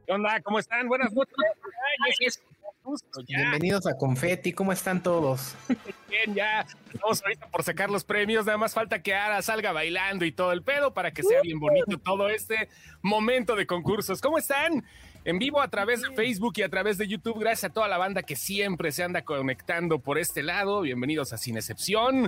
¿Qué onda? ¿Cómo están? Buenas noches. Ay, justo, ya. Bienvenidos a Confetti, ¿cómo están todos? Bien, ya estamos ahorita por sacar los premios, nada más falta que Ara salga bailando y todo el pedo para que sea bien bonito todo este momento de concursos. ¿Cómo están? En vivo a través de Facebook y a través de YouTube, gracias a toda la banda que siempre se anda conectando por este lado. Bienvenidos a Sin Excepción.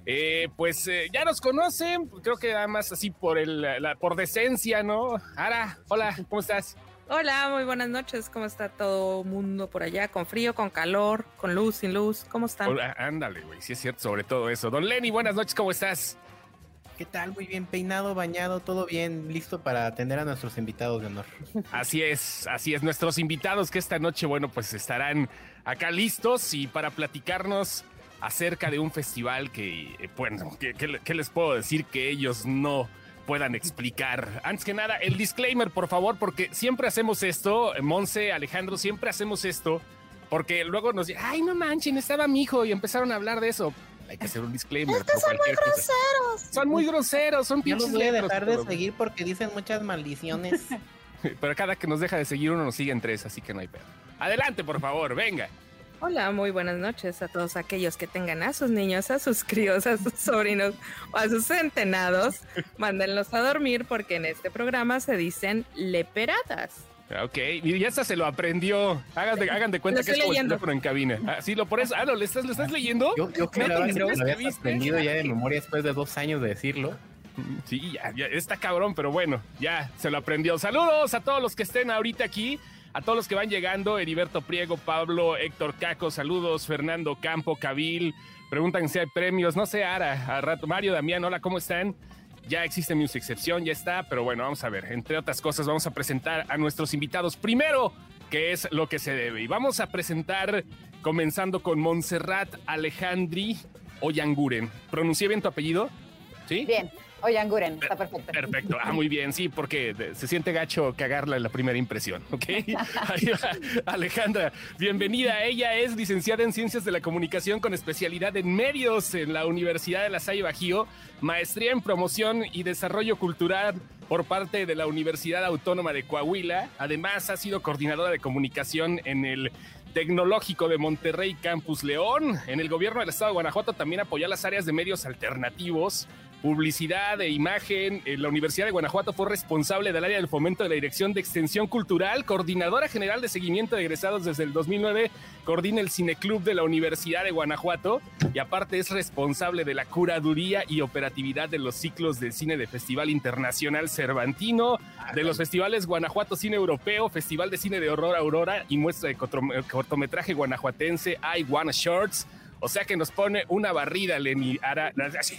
Ya nos conocen, creo que nada más así por decencia, ¿no? Ara, hola, ¿cómo estás? Hola, muy buenas noches. ¿Cómo está todo mundo por allá? ¿Con frío, con calor, con luz, sin luz? ¿Cómo están? Hola, ándale, güey, sí es cierto, sobre todo eso. Don Lenny, buenas noches, ¿cómo estás? ¿Qué tal? Muy bien, peinado, bañado, todo bien, listo para atender a nuestros invitados de honor. Así es, nuestros invitados que esta noche, bueno, pues estarán acá listos y para platicarnos acerca de un festival que, bueno, ¿qué les puedo decir que ellos no puedan explicar? Antes que nada, el disclaimer, por favor, porque siempre hacemos esto, Monse, Alejandro, siempre hacemos esto, porque luego nos dicen, ay, no manchen, estaba mi hijo, y empezaron a hablar de eso. Hay que hacer un disclaimer. Estos son muy groseros. Son muy groseros, son Yo pinches. los voy a dejar de seguir porque dicen muchas maldiciones. Pero cada que nos deja de seguir uno nos sigue en 3, así que no hay pedo. Adelante, por favor, venga. Hola, muy buenas noches a todos aquellos que tengan a sus niños, a sus críos, a sus sobrinos o a sus centenados. Mándenlos a dormir porque en este programa se dicen leperadas. Ok, y ya hasta se lo aprendió. Hagan de cuenta que es como el teléfono en cabina. Ah, sí, lo pones. Ah, no, ¿lo estás leyendo? Yo creo que lo habías aprendido ya de memoria después de 2 años de decirlo. Sí, ya está cabrón, pero bueno, ya se lo aprendió. Saludos a todos los que estén ahorita aquí, a todos los que van llegando, Heriberto Priego, Pablo, Héctor Caco, saludos, Fernando Campo, Cabil, preguntan si hay premios, no sé, Ara, a rato, Mario, Damián, hola, ¿cómo están? Ya existe Music Excepción, ya está, pero bueno, vamos a ver, entre otras cosas vamos a presentar a nuestros invitados primero, que es lo que se debe, y vamos a presentar, comenzando con Montserrat Alejandri Oyanguren. ¿Pronuncié bien tu apellido? ¿Sí? Bien, Oyanguren, está perfecto. Perfecto, muy bien, sí, porque se siente gacho cagarla en la primera impresión, ¿ok? Ahí va, Alejandra, bienvenida. Ella es licenciada en Ciencias de la Comunicación con especialidad en medios en la Universidad de La Salle Bajío, maestría en Promoción y Desarrollo Cultural por parte de la Universidad Autónoma de Coahuila. Además, ha sido coordinadora de comunicación en el Tecnológico de Monterrey Campus León. En el gobierno del estado de Guanajuato también apoyó las áreas de medios alternativos, publicidad e imagen. En la Universidad de Guanajuato fue responsable del área del fomento de la Dirección de Extensión Cultural, coordinadora general de seguimiento de egresados desde el 2009, coordina el Cineclub de la Universidad de Guanajuato y aparte es responsable de la curaduría y operatividad de los ciclos del cine de Festival Internacional Cervantino, de los festivales Guanajuato Cine Europeo, Festival de Cine de Horror Aurora y muestra de cortometraje guanajuatense I Wanna Shorts. O sea que nos pone una barrida, Lenny. Así,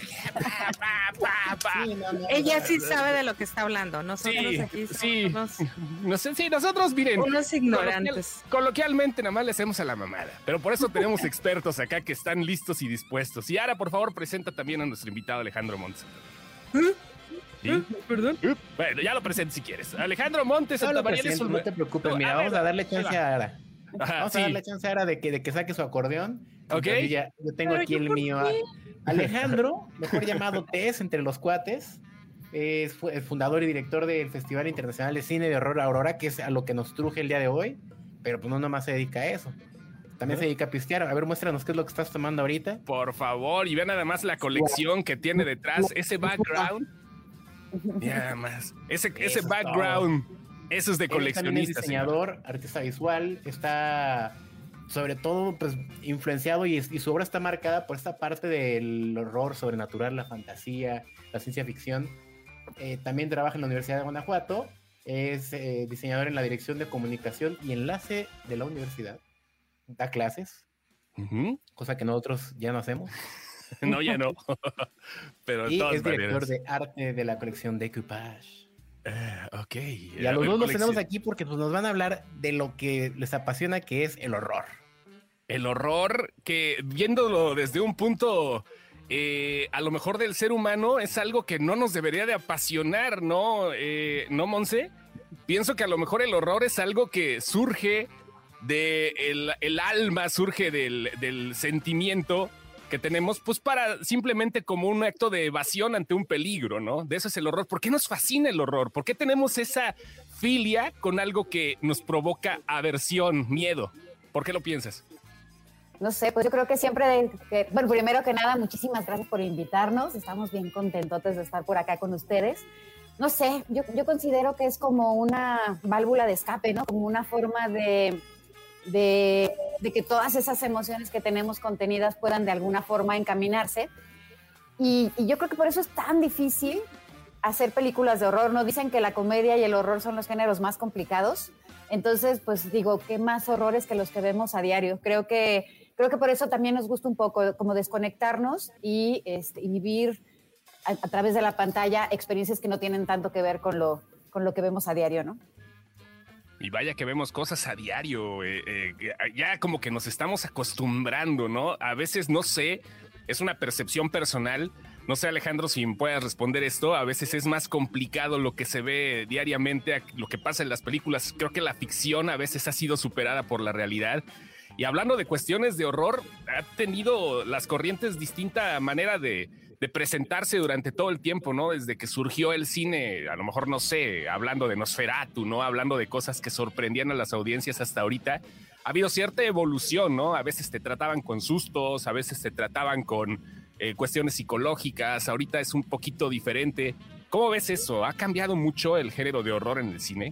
Ella sí sabe de lo que está hablando. Nosotros aquí somos nosotros, miren, unos ignorantes. Coloquialmente nada más le hacemos a la mamada. Pero por eso tenemos expertos acá que están listos y dispuestos. Y ahora, por favor, presenta también a nuestro invitado Alejandro Montes. ¿Sí? ¿Perdón? Bueno, ya lo presento si quieres. Alejandro Montes, No te preocupes, mira, vamos a darle chance a Ara. Vamos a darle chance a Ara de que saque su acordeón. Ok. Yo tengo aquí el mío. Alejandro, mejor llamado Tess entre los cuates, es el fundador y director del Festival Internacional de Cine de Horror Aurora, que es a lo que nos truje el día de hoy, pero pues no nomás se dedica a eso. También se dedica a pistear. A ver, muéstranos qué es lo que estás tomando ahorita. Por favor, y vean además la colección que tiene detrás, ese background. Ya más. Ese background. Eso es de coleccionista. También es diseñador, artista visual, está sobre todo pues influenciado y su obra está marcada por esta parte del horror sobrenatural, la fantasía, la ciencia ficción. También trabaja en la Universidad de Guanajuato, es diseñador en la Dirección de Comunicación y Enlace de la universidad, da clases, cosa que nosotros ya no hacemos. No, ya no. Pero y es director de arte de la colección Decoupage. Ok. Y a los dos los tenemos aquí porque pues, nos van a hablar de lo que les apasiona, que es el horror. El horror que, viéndolo desde un punto a lo mejor del ser humano, es algo que no nos debería de apasionar, ¿no? ¿No, Monse? Pienso que a lo mejor el horror es algo que surge del alma, surge del sentimiento que tenemos, pues para simplemente como un acto de evasión ante un peligro, ¿no? De eso es el horror. ¿Por qué nos fascina el horror? ¿Por qué tenemos esa filia con algo que nos provoca aversión, miedo. ¿Por qué lo piensas? No sé, pues yo creo que siempre, bueno, primero que nada, muchísimas gracias por invitarnos. Estamos bien contentotes de estar por acá con ustedes. No sé, yo considero que es como una válvula de escape, ¿no? Como una forma de que todas esas emociones que tenemos contenidas puedan de alguna forma encaminarse. Y yo creo que por eso es tan difícil hacer películas de horror. No dicen que la comedia y el horror son los géneros más complicados. Entonces, pues digo, ¿qué más horrores que los que vemos a diario? Creo que por eso también nos gusta un poco como desconectarnos y vivir a través de la pantalla experiencias que no tienen tanto que ver con lo que vemos a diario, ¿no? Y vaya que vemos cosas a diario, ya como que nos estamos acostumbrando, ¿no? A veces, no sé, es una percepción personal. No sé, Alejandro, si me puedas responder esto. A veces es más complicado lo que se ve diariamente, lo que pasa en las películas. Creo que la ficción a veces ha sido superada por la realidad. Y hablando de cuestiones de horror, ha tenido las corrientes distinta manera de presentarse durante todo el tiempo, ¿no? Desde que surgió el cine, a lo mejor, no sé, hablando de Nosferatu, ¿no? Hablando de cosas que sorprendían a las audiencias hasta ahorita. Ha habido cierta evolución, ¿no? A veces te trataban con sustos, a veces te trataban con cuestiones psicológicas. Ahorita es un poquito diferente. ¿Cómo ves eso? ¿Ha cambiado mucho el género de horror en el cine?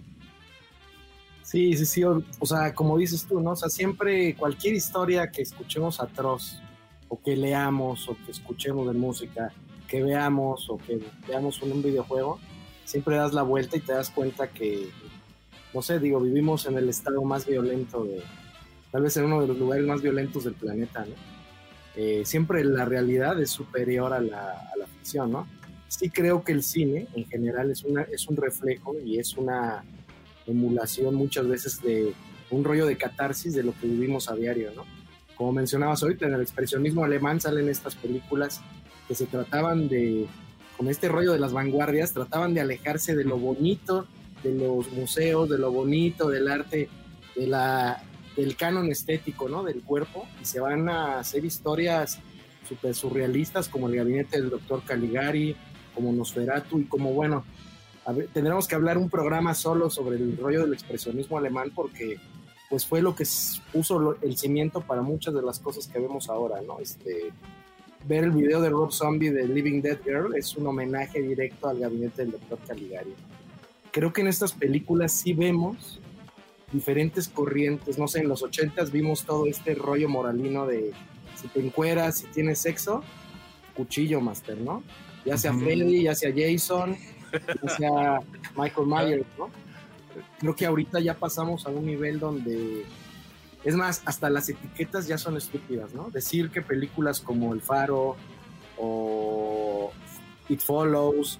Sí. O sea, como dices tú, ¿no? O sea, siempre cualquier historia que escuchemos atroz, o que leamos, o que escuchemos de música, que veamos, o que veamos un videojuego, siempre das la vuelta y te das cuenta que, no sé, digo, vivimos en el estado más violento tal vez en uno de los lugares más violentos del planeta, ¿no? Siempre la realidad es superior a la ficción, ¿no? Sí creo que el cine, en general, es un reflejo y es una emulación muchas veces de un rollo de catarsis de lo que vivimos a diario, ¿no? Como mencionabas ahorita, en el expresionismo alemán salen estas películas que se trataban con este rollo de las vanguardias, trataban de alejarse de lo bonito de los museos, de lo bonito del arte, del canon estético, ¿no? Del cuerpo, y se van a hacer historias súper surrealistas como El gabinete del Dr. Caligari, como Nosferatu, y como, bueno, tendremos que hablar un programa solo sobre el rollo del expresionismo alemán, porque pues fue lo que puso el cimiento para muchas de las cosas que vemos ahora, ¿no? Ver el video de Rob Zombie de Living Dead Girl es un homenaje directo al gabinete del Dr. Caligari. Creo que en estas películas sí vemos diferentes corrientes. No sé, en los 80s vimos todo este rollo moralino de si te encueras, si tienes sexo, cuchillo, master, ¿no? Ya sea Freddy, ya sea Jason, ya sea Michael Myers, ¿no? Creo que ahorita ya pasamos a un nivel donde, es más, hasta las etiquetas ya son estúpidas, ¿no? Decir que películas como El Faro o It Follows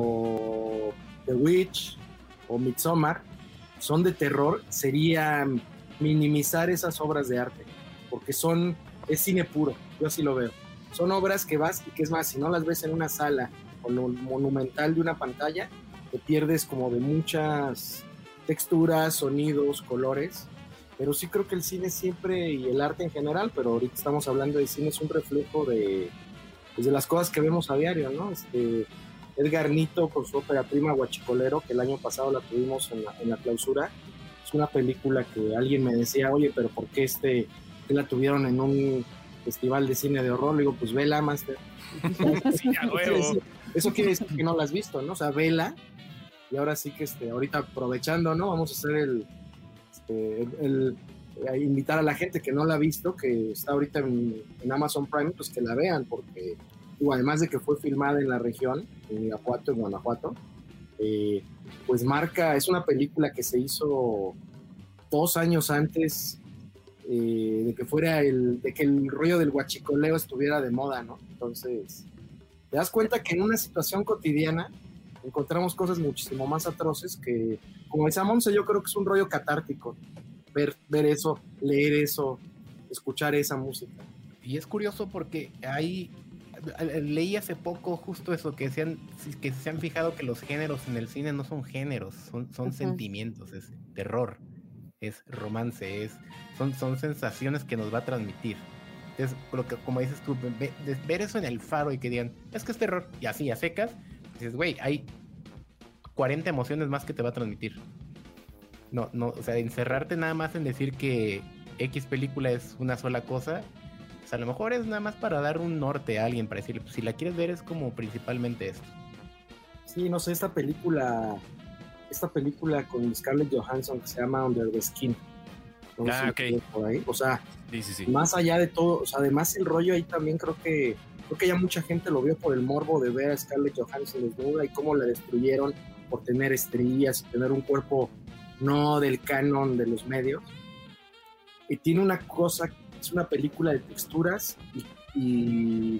o The Witch o Midsommar son de terror sería minimizar esas obras de arte, porque es cine puro, yo así lo veo. Son obras que vas y que, es más, si no las ves en una sala o lo monumental de una pantalla, te pierdes como de muchas texturas, sonidos, colores. Pero sí creo que el cine siempre, y el arte en general, pero ahorita estamos hablando de cine, es un reflejo de las cosas que vemos a diario, ¿no? Edgar Nito con su ópera prima Huachicolero, que el año pasado la tuvimos en la clausura. Es una película que alguien me decía, oye, pero ¿por qué la tuvieron en un festival de cine de horror? Le digo, pues vela, master. Sí, eso quiere decir que no la has visto, ¿no? O sea, vela. Y ahora sí que ahorita aprovechando, ¿no? Vamos a hacer invitar a la gente que no la ha visto, que está ahorita en Amazon Prime, pues que la vean, porque además de que fue filmada en la región, en Irapuato, en Guanajuato, pues es una película que se hizo 2 años antes de que el rollo del huachicoleo estuviera de moda, ¿no? Entonces, te das cuenta que en una situación cotidiana encontramos cosas muchísimo más atroces que, como decía Monse, yo creo que es un rollo catártico, ver eso, leer eso, escuchar esa música. Y es curioso porque leí hace poco justo eso, que se han fijado que los géneros en el cine no son géneros, son sentimientos, es terror, es romance, son sensaciones que nos va a transmitir. Entonces, como dices tú, ver eso en El Faro y que digan, es que es terror, y así a secas, dices, güey, hay 40 emociones más que te va a transmitir. No, o sea, encerrarte nada más en decir que X película es una sola cosa, pues a lo mejor es nada más para dar un norte a alguien, para decirle, pues si la quieres ver es como principalmente esto. Sí, no sé, esta película con Scarlett Johansson que se llama Under the Skin. No sé si ok. por ahí. O sea, Sí. más allá de todo, o sea, además el rollo ahí también creo que ya mucha gente lo vio por el morbo de ver a Scarlett Johansson desnuda y cómo la destruyeron por tener estrías y tener un cuerpo no del canon de los medios. Y tiene una cosa, es una película de texturas y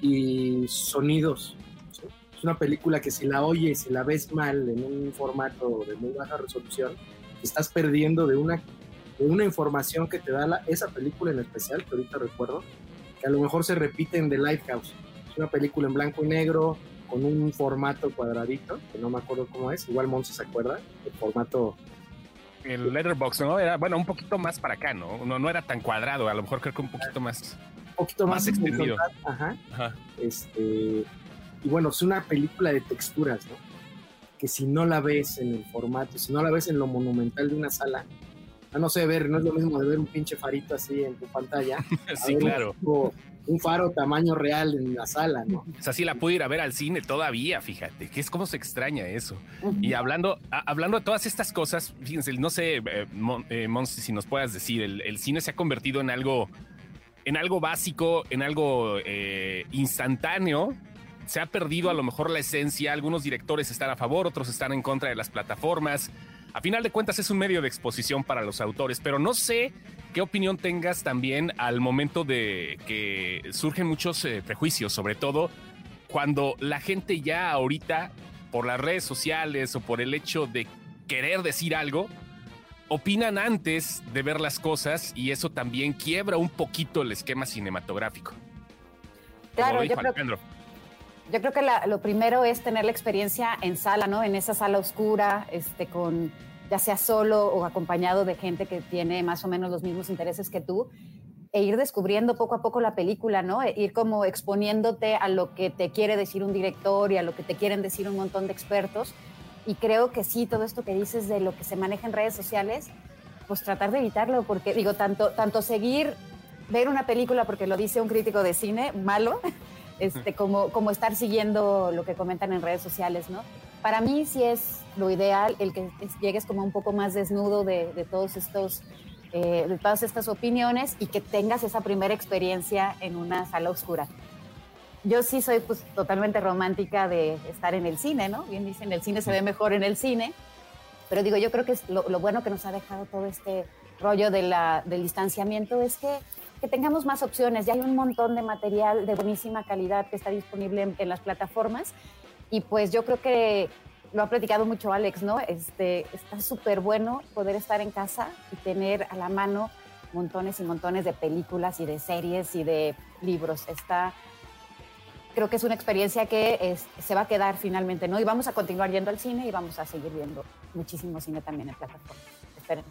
sonidos. ¿Sí? Es una película que si la oyes, si la ves mal en un formato de muy baja resolución, estás perdiendo de una información que te da esa película en especial, que ahorita recuerdo, que a lo mejor se repite en The Lighthouse. Es una película en blanco y negro, con un formato cuadradito, que no me acuerdo cómo es, igual Monse se acuerda, el formato... El Letterboxd, ¿no? Era, bueno, un poquito más para acá, ¿no? No era tan cuadrado, a lo mejor creo que un poquito más... Un poquito más extendido. Ajá. Ajá. Y bueno, es una película de texturas, ¿no? Que si no la ves en el formato, si no la ves en lo monumental de una sala, no sé, no es lo mismo de ver un pinche farito así en tu pantalla. Sí, claro. Un faro tamaño real en la sala, ¿no? O sea, sí la pude ir a ver al cine todavía, fíjate, que es como se extraña eso. Y hablando de todas estas cosas, fíjense, no sé, Monsi, si nos puedas decir, el cine se ha convertido en algo básico, en algo instantáneo. Se ha perdido a lo mejor la esencia. Algunos directores están a favor, otros están en contra de las plataformas. A final de cuentas es un medio de exposición para los autores, pero no sé qué opinión tengas también al momento de que surgen muchos prejuicios, sobre todo cuando la gente ya ahorita, por las redes sociales o por el hecho de querer decir algo, opinan antes de ver las cosas y eso también quiebra un poquito el esquema cinematográfico. Claro, yo creo que lo primero es tener la experiencia en sala, ¿no? En esa sala oscura, con ya sea solo o acompañado de gente que tiene más o menos los mismos intereses que tú, e ir descubriendo poco a poco la película, ¿no? Ir como exponiéndote a lo que te quiere decir un director y a lo que te quieren decir un montón de expertos. Y creo que sí, todo esto que dices de lo que se maneja en redes sociales, pues tratar de evitarlo, porque digo, tanto ver una película porque lo dice un crítico de cine malo, como estar siguiendo lo que comentan en redes sociales, ¿no? Para mí sí es lo ideal el que llegues como un poco más desnudo de todas estas opiniones y que tengas esa primera experiencia en una sala oscura. Yo sí soy pues totalmente romántica de estar en el cine, ¿no? Bien dicen, el cine se ve mejor en el cine, pero digo, yo creo que es lo bueno que nos ha dejado todo este rollo del distanciamiento es que tengamos más opciones. Ya hay un montón de material de buenísima calidad que está disponible en las plataformas y pues yo creo que lo ha platicado mucho Alex, ¿no? Está súper bueno poder estar en casa y tener a la mano montones y montones de películas y de series y de libros. Creo que es una experiencia que se va a quedar finalmente, ¿no? Y vamos a continuar yendo al cine y vamos a seguir viendo muchísimo cine también en plataformas. Esperemos.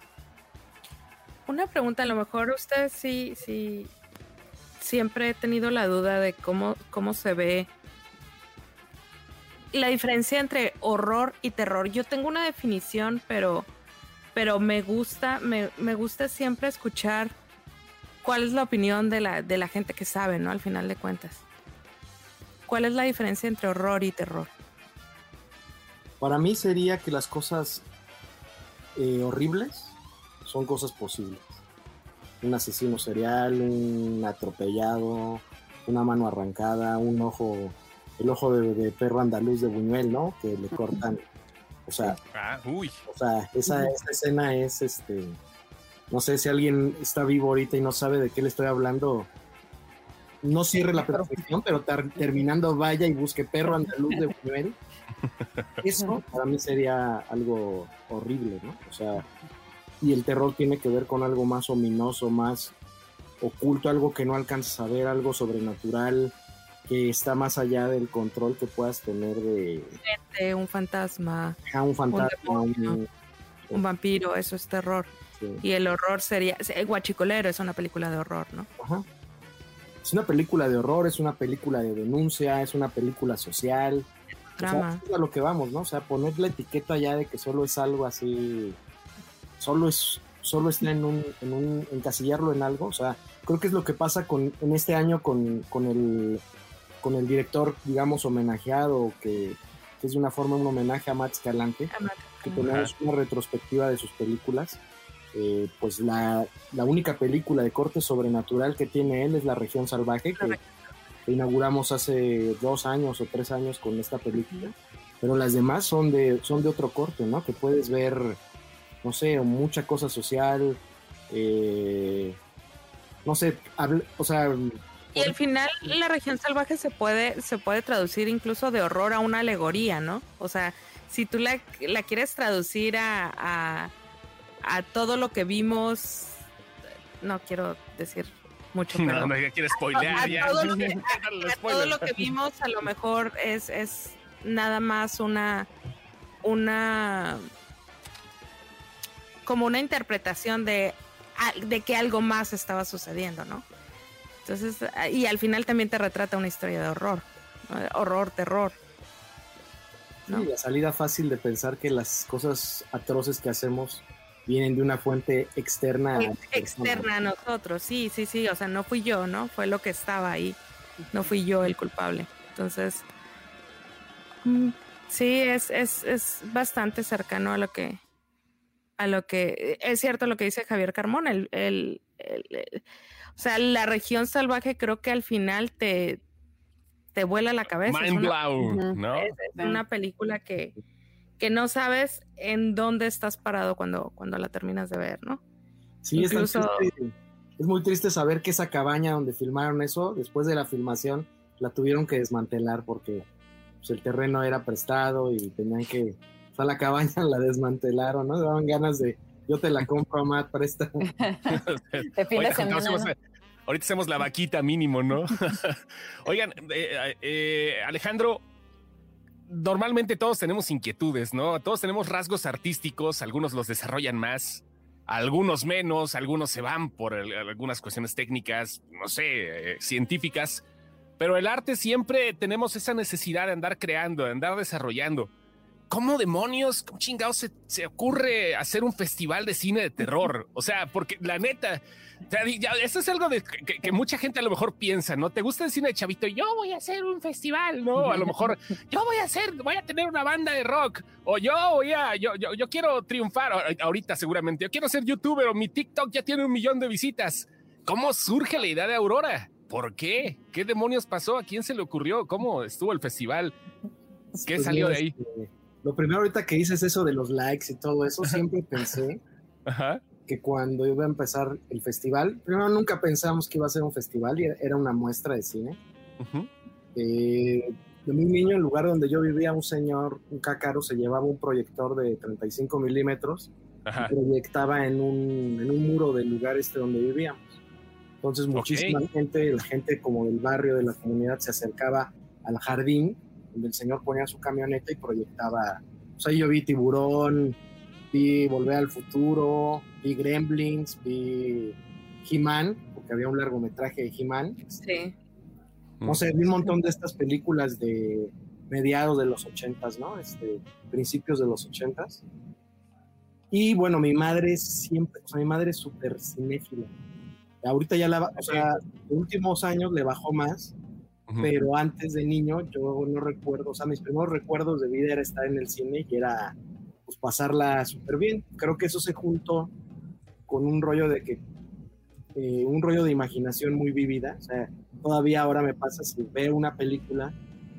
Una pregunta, a lo mejor usted sí siempre he tenido la duda de cómo se ve la diferencia entre horror y terror. Yo tengo una definición, pero me gusta siempre escuchar cuál es la opinión de la gente que sabe, ¿no? Al final de cuentas. ¿Cuál es la diferencia entre horror y terror? Para mí sería que las cosas horribles son cosas posibles. Un asesino serial, un atropellado, una mano arrancada, el ojo de perro andaluz de Buñuel, ¿no? Que le cortan. O sea, esa escena es no sé si alguien está vivo ahorita y no sabe de qué le estoy hablando. No cierre la perfección, pero terminando vaya y busque perro andaluz de Buñuel. Eso para mí sería algo horrible, ¿no? O sea, y el terror tiene que ver con algo más ominoso, más oculto, algo que no alcanzas a ver, algo sobrenatural, que está más allá del control que puedas tener de... Un fantasma. Un fantasma. Un vampiro, eso es terror. Sí. Y el horror sería... El Guachicolero es una película de horror, ¿no? Ajá. Es una película de horror, es una película de denuncia, es una película social. Drama. O sea, es a lo que vamos, ¿no? O sea, poner la etiqueta ya de que solo es algo así solo está en encasillarlo en algo. O sea, creo que es lo que pasa en este año con el director, digamos, homenajeado, que es de una forma un homenaje a Matt Escalante, que tenemos una retrospectiva de sus películas. Pues la única película de corte sobrenatural que tiene él es La Región Salvaje, que inauguramos hace 2 años o 3 años con esta película, pero las demás son de otro corte, ¿no? Que puedes ver, no sé, mucha cosa social, no sé, o sea... Y al final La Región Salvaje se puede traducir incluso de horror a una alegoría, ¿no? O sea, si tú la quieres traducir a todo lo que vimos, no quiero decir mucho, pero no ya quiero spoilear. Todo lo que vimos a lo mejor es nada más una como una interpretación de que algo más estaba sucediendo, ¿no? Entonces, y al final también te retrata una historia de horror, terror, ¿no? Sí, la salida fácil de pensar que las cosas atroces que hacemos vienen de una fuente externa a nosotros, sí, o sea, no fui yo, ¿no? Fue lo que estaba ahí, no fui yo el culpable. Entonces, sí, es bastante cercano a lo que es cierto lo que dice Javier Carmona, o sea, La Región Salvaje creo que al final te vuela la cabeza. Mind blown, ¿no? Es una película que no sabes en dónde estás parado cuando la terminas de ver, ¿no? Sí, incluso... es muy triste saber que esa cabaña donde filmaron eso, después de la filmación, la tuvieron que desmantelar porque pues, el terreno era prestado y tenían que... O sea, la cabaña la desmantelaron, ¿no? Daban ganas de... Yo te la compro, Matt, presta. De fin de semana, ahorita hacemos la vaquita mínimo, ¿no? Oigan, Alejandro, normalmente todos tenemos inquietudes, ¿no? Todos tenemos rasgos artísticos, algunos los desarrollan más, algunos menos, algunos se van por algunas cuestiones técnicas, no sé, científicas, pero el arte siempre tenemos esa necesidad de andar creando, de andar desarrollando. ¿Cómo demonios, cómo chingados se ocurre hacer un festival de cine de terror? O sea, porque la neta, o sea, eso es algo que mucha gente a lo mejor piensa, ¿no? ¿Te gusta el cine de chavito? Yo voy a hacer un festival, ¿no? A lo mejor yo voy a tener una banda de rock, o yo quiero triunfar ahorita seguramente, yo quiero ser youtuber, o mi TikTok ya tiene 1 millón de visitas. ¿Cómo surge la idea de Aurora? ¿Por qué? ¿Qué demonios pasó? ¿A quién se le ocurrió? ¿Cómo estuvo el festival? ¿Qué pues salió de ahí? Lo primero ahorita que dices eso de los likes y todo eso, siempre pensé que cuando iba a empezar el festival, primero nunca pensamos que iba a ser un festival, y era una muestra de cine. De muy niño, en el lugar donde yo vivía, un cácaro, se llevaba un proyector de 35 milímetros y proyectaba en un muro del lugar donde vivíamos. Entonces muchísima gente, la gente como del barrio, de la comunidad, se acercaba al jardín donde el señor ponía su camioneta y proyectaba. O sea, yo vi Tiburón, vi Volver al Futuro, vi Gremlins, vi He-Man, porque había un largometraje de He-Man. Sí. No sé, vi un montón de estas películas de mediados de los 80s, ¿no? Principios de los 80s. Y bueno, mi madre es súper cinéfila. Ahorita ya o sea, en los últimos años le bajó más, pero antes de niño yo no recuerdo, o sea, mis primeros recuerdos de vida era estar en el cine y era pues pasarla súper bien. Creo que eso se juntó con un rollo de imaginación muy vívida. O sea, todavía ahora me pasa si veo una película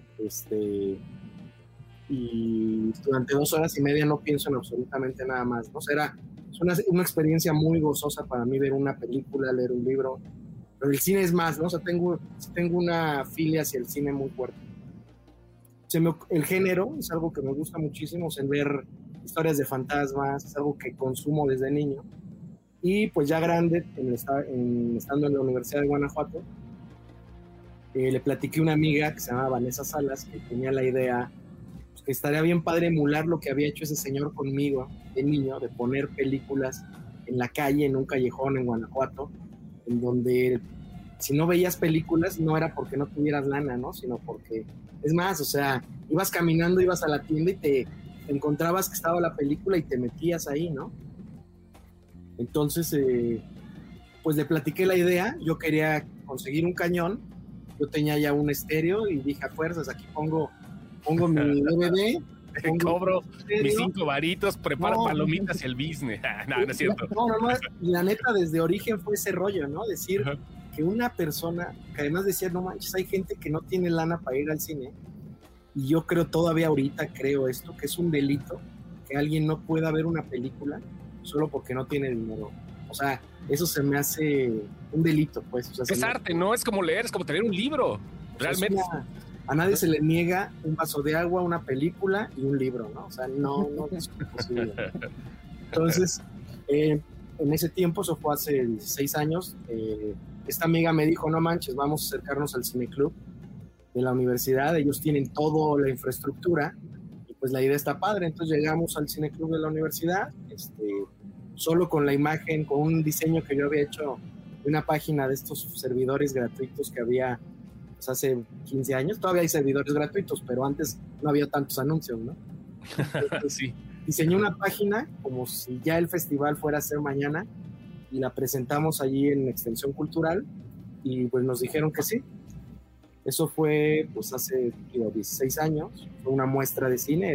y durante 2 horas y media no pienso en absolutamente nada más, ¿no? O sea, es una experiencia muy gozosa para mí ver una película, leer un libro. Pero el cine es más, ¿no? O sea, tengo una filia hacia el cine muy fuerte. El género es algo que me gusta muchísimo, o sea, ver historias de fantasmas, es algo que consumo desde niño. Y pues ya grande, estando en la Universidad de Guanajuato, le platiqué a una amiga que se llamaba Vanessa Salas, que tenía la idea pues, que estaría bien padre emular lo que había hecho ese señor conmigo de niño, de poner películas en la calle, en un callejón en Guanajuato, en donde si no veías películas no era porque no tuvieras lana, ¿no? Sino porque, es más, o sea, ibas caminando, ibas a la tienda y te encontrabas que estaba la película y te metías ahí, ¿no? Entonces, pues le platiqué la idea, yo quería conseguir un cañón, yo tenía ya un estéreo y dije, a fuerzas, aquí pongo mi DVD, cobro mis 5 varitos, preparo palomitas y el business. No es cierto. No, la neta, desde origen fue ese rollo, ¿no? Decir que una persona, que además decía, no manches, hay gente que no tiene lana para ir al cine, y yo creo todavía ahorita, esto, que es un delito, que alguien no pueda ver una película solo porque no tiene dinero. O sea, eso se me hace un delito, pues. O sea, es arte, ¿no? Es como leer, es como tener un libro. Realmente. A nadie se le niega un vaso de agua, una película y un libro, ¿no? O sea, no es posible. Entonces, en ese tiempo, eso fue hace 16 años, esta amiga me dijo, no manches, vamos a acercarnos al cineclub de la universidad, ellos tienen toda la infraestructura, y pues la idea está padre. Entonces llegamos al cineclub de la universidad, solo con la imagen, con un diseño que yo había hecho de una página de estos servidores gratuitos que había pues, hace 15 años. Todavía hay servidores gratuitos, pero antes no había tantos anuncios, ¿no? Entonces, sí. Diseñé una página como si ya el festival fuera a ser mañana, y la presentamos allí en Extensión Cultural, y pues nos dijeron que sí. Eso fue pues hace 16 años, fue una muestra de cine,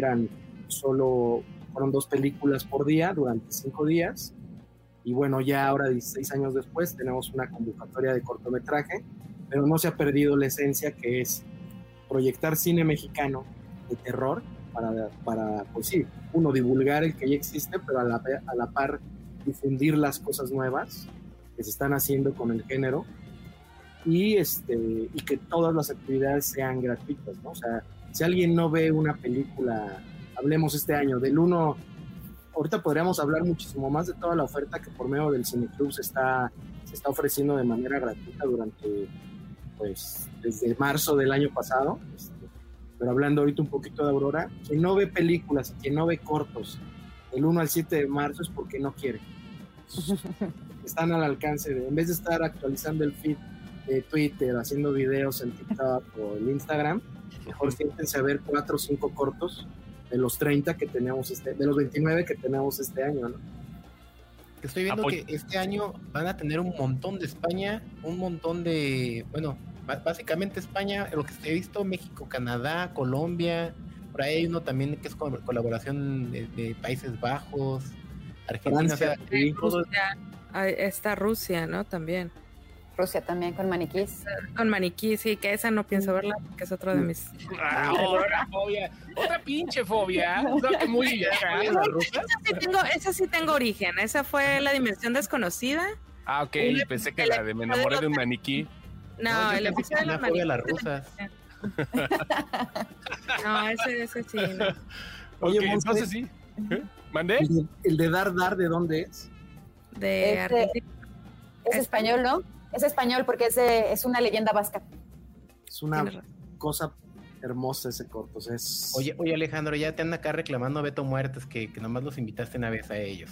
fueron 2 películas por día durante 5 días, y bueno, ya ahora 16 años después tenemos una convocatoria de cortometraje, pero no se ha perdido la esencia, que es proyectar cine mexicano de terror para pues sí, divulgar el que ya existe, pero a la par difundir las cosas nuevas que se están haciendo con el género, y que todas las actividades sean gratuitas, ¿no? O sea, si alguien no ve una película, hablemos este año del 1, ahorita podríamos hablar muchísimo más de toda la oferta que por medio del Cineclub se está ofreciendo de manera gratuita durante, pues, desde marzo del año pasado, pero hablando ahorita un poquito de Aurora, quien no ve películas, quien no ve cortos del 1 al 7 de marzo es porque no quiere. Están al alcance en vez de estar actualizando el feed de Twitter, haciendo videos en TikTok o en Instagram, mejor siéntense a ver 4 o 5 cortos de los 30 que tenemos de los 29 que tenemos este año, ¿no? Estoy viendo que este año van a tener un montón de España, un montón de, bueno, básicamente España, lo que he visto, México, Canadá, Colombia, por ahí hay uno también que es colaboración de Países Bajos, Argentina, Francia, Rusia, está Rusia, ¿no? También. Rusia también con maniquís. Con maniquís, sí, que esa no pienso verla, que es otro de mis... Otra fobia, otra pinche fobia. Muy bien. Esa sí tengo origen, esa fue La Dimensión Desconocida. Ah, ok, pensé que la de Me enamoré de un maniquí. No, el episodio de la fobia a las rusas. No, ese sí. No. Oye, entonces sí. ¿Mandé? ¿El de Dar, de dónde es? De Argentina. Es español, ¿no? Es español porque es una leyenda vasca. Es una cosa hermosa ese corto. Oye, Alejandro, ya te andan acá reclamando a Beto Muertes que nomás los invitaste una vez a ellos.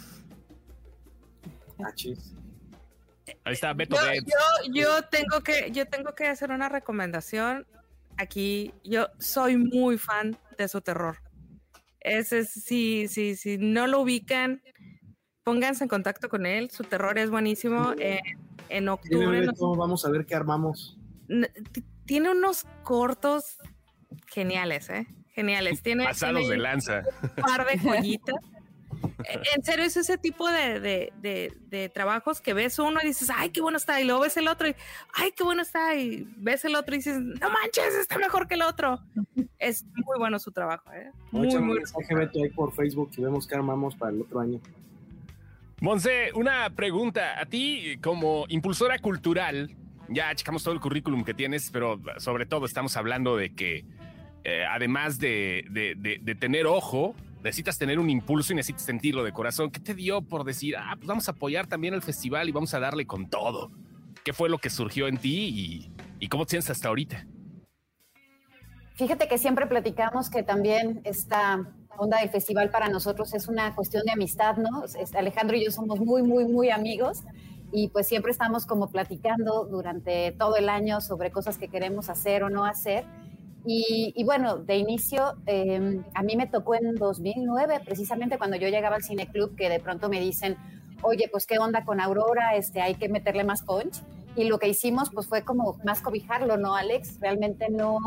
Chis. Ahí está Beto. Yo tengo que hacer una recomendación aquí. Yo soy muy fan de su terror. Si no lo ubican, pónganse en contacto con él. Su terror es buenísimo. En octubre vamos a ver qué armamos. Tiene unos cortos geniales, geniales. Pasados de lanza. Un par de joyitas. En serio, es ese tipo de trabajos que ves uno y dices, ay, qué bueno está, y luego ves el otro y, ay, qué bueno está, y ves el otro y dices, no manches, está mejor que el otro. Es muy bueno su trabajo, muy mensaje, Beto, ahí por Facebook y vemos qué armamos para el otro año. Monse, una pregunta. A ti, como impulsora cultural, ya checamos todo el currículum que tienes, pero sobre todo estamos hablando de que además de tener ojo, necesitas tener un impulso y necesitas sentirlo de corazón. ¿Qué te dio por decir, pues vamos a apoyar también al festival y vamos a darle con todo? ¿Qué fue lo que surgió en ti y cómo te sientes hasta ahorita? Fíjate que siempre platicamos que también esta onda del festival para nosotros es una cuestión de amistad, ¿no? Alejandro y yo somos muy, muy, muy amigos y pues siempre estamos como platicando durante todo el año sobre cosas que queremos hacer o no hacer. Y bueno, de inicio, a mí me tocó en 2009, precisamente cuando yo llegaba al Cineclub, que de pronto me dicen, oye, pues qué onda con Aurora, hay que meterle más punch. Y lo que hicimos pues fue como más cobijarlo, ¿no, Alex? Realmente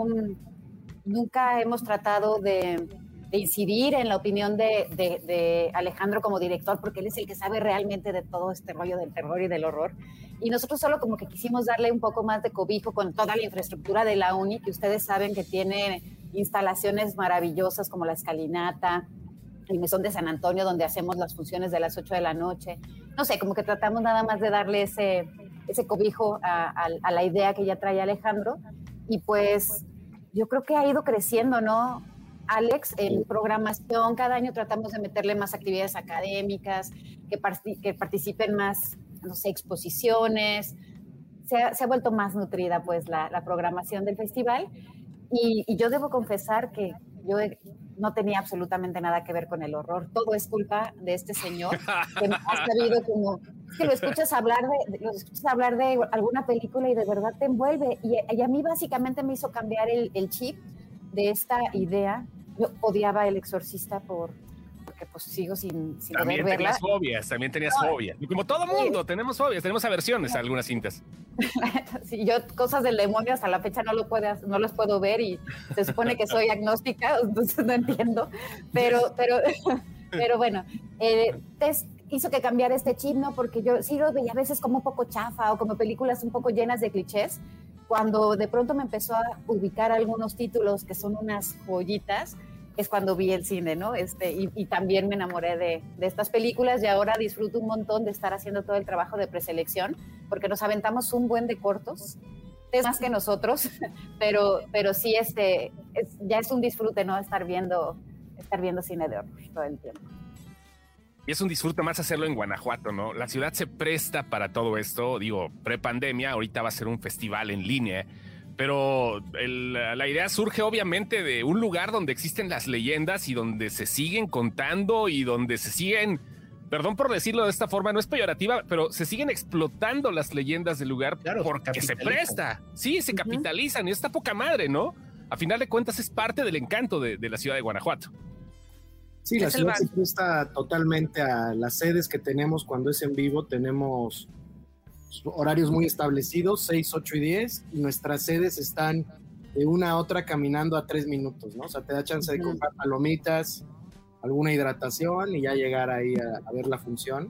nunca hemos tratado de incidir en la opinión de Alejandro como director, porque él es el que sabe realmente de todo este rollo del terror y del horror. Y nosotros solo como que quisimos darle un poco más de cobijo con toda la infraestructura de la uni, que ustedes saben que tiene instalaciones maravillosas como la escalinata, el mesón de San Antonio, donde hacemos las funciones de las 8 de la noche. No sé, como que tratamos nada más de darle ese cobijo a la idea que ya trae Alejandro. Y pues yo creo que ha ido creciendo, ¿no, Alex? En programación, cada año tratamos de meterle más actividades académicas, que participen más, no sé, exposiciones. Se ha vuelto más nutrida pues la programación del festival. Y yo debo confesar que yo no tenía absolutamente nada que ver con el horror. Todo es culpa de este señor que ha sabido como... Es que lo escuchas hablar de alguna película y de verdad te envuelve. Y a mí básicamente me hizo cambiar el chip de esta idea. Yo odiaba El Exorcista porque pues sigo sin poder verla. También tenías fobias. Como todo mundo, tenemos fobias, tenemos aversiones a algunas cintas. Sí, yo cosas del demonio hasta la fecha no los puedo ver y se supone que soy agnóstica, entonces no entiendo. Pero bueno, hizo que cambiara este chip, ¿no? Porque yo sí lo veía a veces como un poco chafa o como películas un poco llenas de clichés. Cuando de pronto me empezó a ubicar algunos títulos que son unas joyitas, es cuando vi el cine, ¿no? Y también me enamoré de estas películas y ahora disfruto un montón de estar haciendo todo el trabajo de preselección, porque nos aventamos un buen de cortos, es más que nosotros, pero sí ya es un disfrute, ¿no? Estar viendo cine de horror todo el tiempo. Y es un disfrute más hacerlo en Guanajuato, ¿no? La ciudad se presta para todo esto, digo, prepandemia, ahorita va a ser un festival en línea, pero la idea surge obviamente de un lugar donde existen las leyendas y donde se siguen contando y donde se siguen, perdón por decirlo de esta forma, no es peyorativa, pero se siguen explotando las leyendas del lugar, claro, porque se presta. Sí, se capitalizan y está poca madre, ¿no? A final de cuentas es parte del encanto de la ciudad de Guanajuato. Sí, la ciudad se presta totalmente a las sedes que tenemos cuando es en vivo. Tenemos horarios muy establecidos, 6, 8 y 10, y nuestras sedes están de una a otra caminando a 3 minutos, ¿no? O sea, te da chance de comprar palomitas, alguna hidratación y ya llegar ahí a ver la función.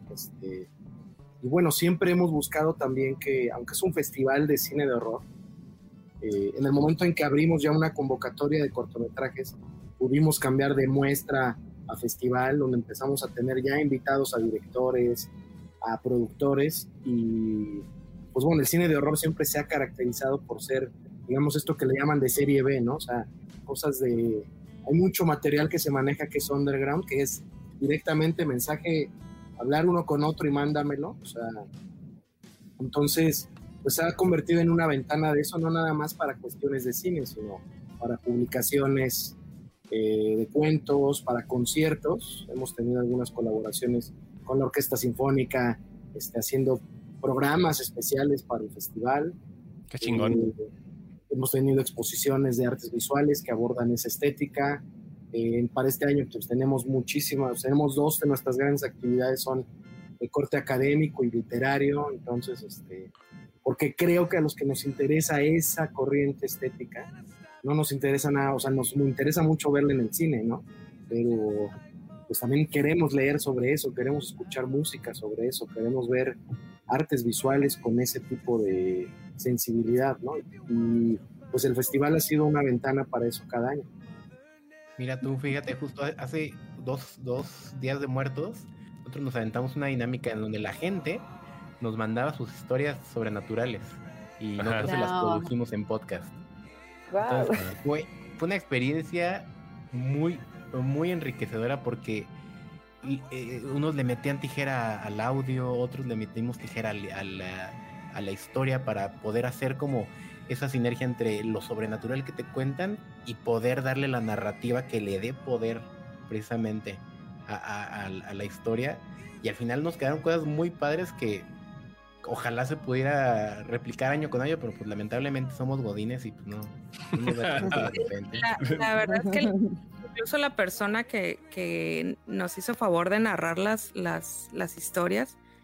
Y bueno, siempre hemos buscado también que, aunque es un festival de cine de horror, en el momento en que abrimos ya una convocatoria de cortometrajes, pudimos cambiar de muestra a festival, donde empezamos a tener ya invitados a directores, a productores, y pues bueno, el cine de horror siempre se ha caracterizado por ser, digamos, esto que le llaman de serie B, ¿no? O sea, cosas hay mucho material que se maneja que es underground, que es directamente mensaje, hablar uno con otro y mándamelo, o sea, entonces pues se ha convertido en una ventana de eso, no nada más para cuestiones de cine, sino para publicaciones de cuentos, para conciertos. Hemos tenido algunas colaboraciones con la Orquesta Sinfónica, haciendo programas especiales para el festival. Qué chingón. Hemos tenido exposiciones de artes visuales que abordan esa estética. Para este año pues tenemos muchísimas, tenemos 2 de nuestras grandes actividades son de corte académico y literario, entonces porque creo que a los que nos interesa esa corriente estética no nos interesa nada, o sea, nos interesa mucho verla en el cine, ¿no? Pero pues también queremos leer sobre eso, queremos escuchar música sobre eso, queremos ver artes visuales con ese tipo de sensibilidad, ¿no? Y pues el festival ha sido una ventana para eso cada año. Mira tú, fíjate, justo hace dos días de muertos, nosotros nos aventamos una dinámica en donde la gente nos mandaba sus historias sobrenaturales y nosotros se las produjimos en podcast. Wow. Entonces, fue una experiencia muy, muy enriquecedora porque unos le metían tijera al audio, otros le metimos tijera a la historia para poder hacer como esa sinergia entre lo sobrenatural que te cuentan y poder darle la narrativa que le dé poder precisamente a la historia. Y al final nos quedaron cosas muy padres que ojalá se pudiera replicar año con año, pero pues lamentablemente somos godines y pues no nos da tiempo de repente. La verdad es que incluso la persona que nos hizo favor de narrar las historias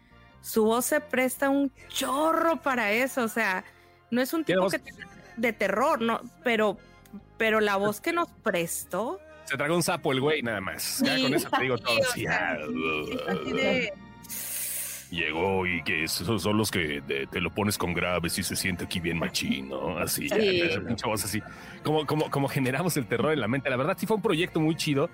su voz se presta un chorro para eso, o sea, no es un tipo de terror, no, pero la voz que nos prestó. Se tragó un sapo el güey, nada más. Sí, ya con eso te digo todo. Sí, así de... Llegó y que esos son los que te lo pones con graves y se siente aquí bien machín, ¿no? Así, sí. Esa pinche voz así. Como generamos el terror en la mente. La verdad sí fue un proyecto muy chido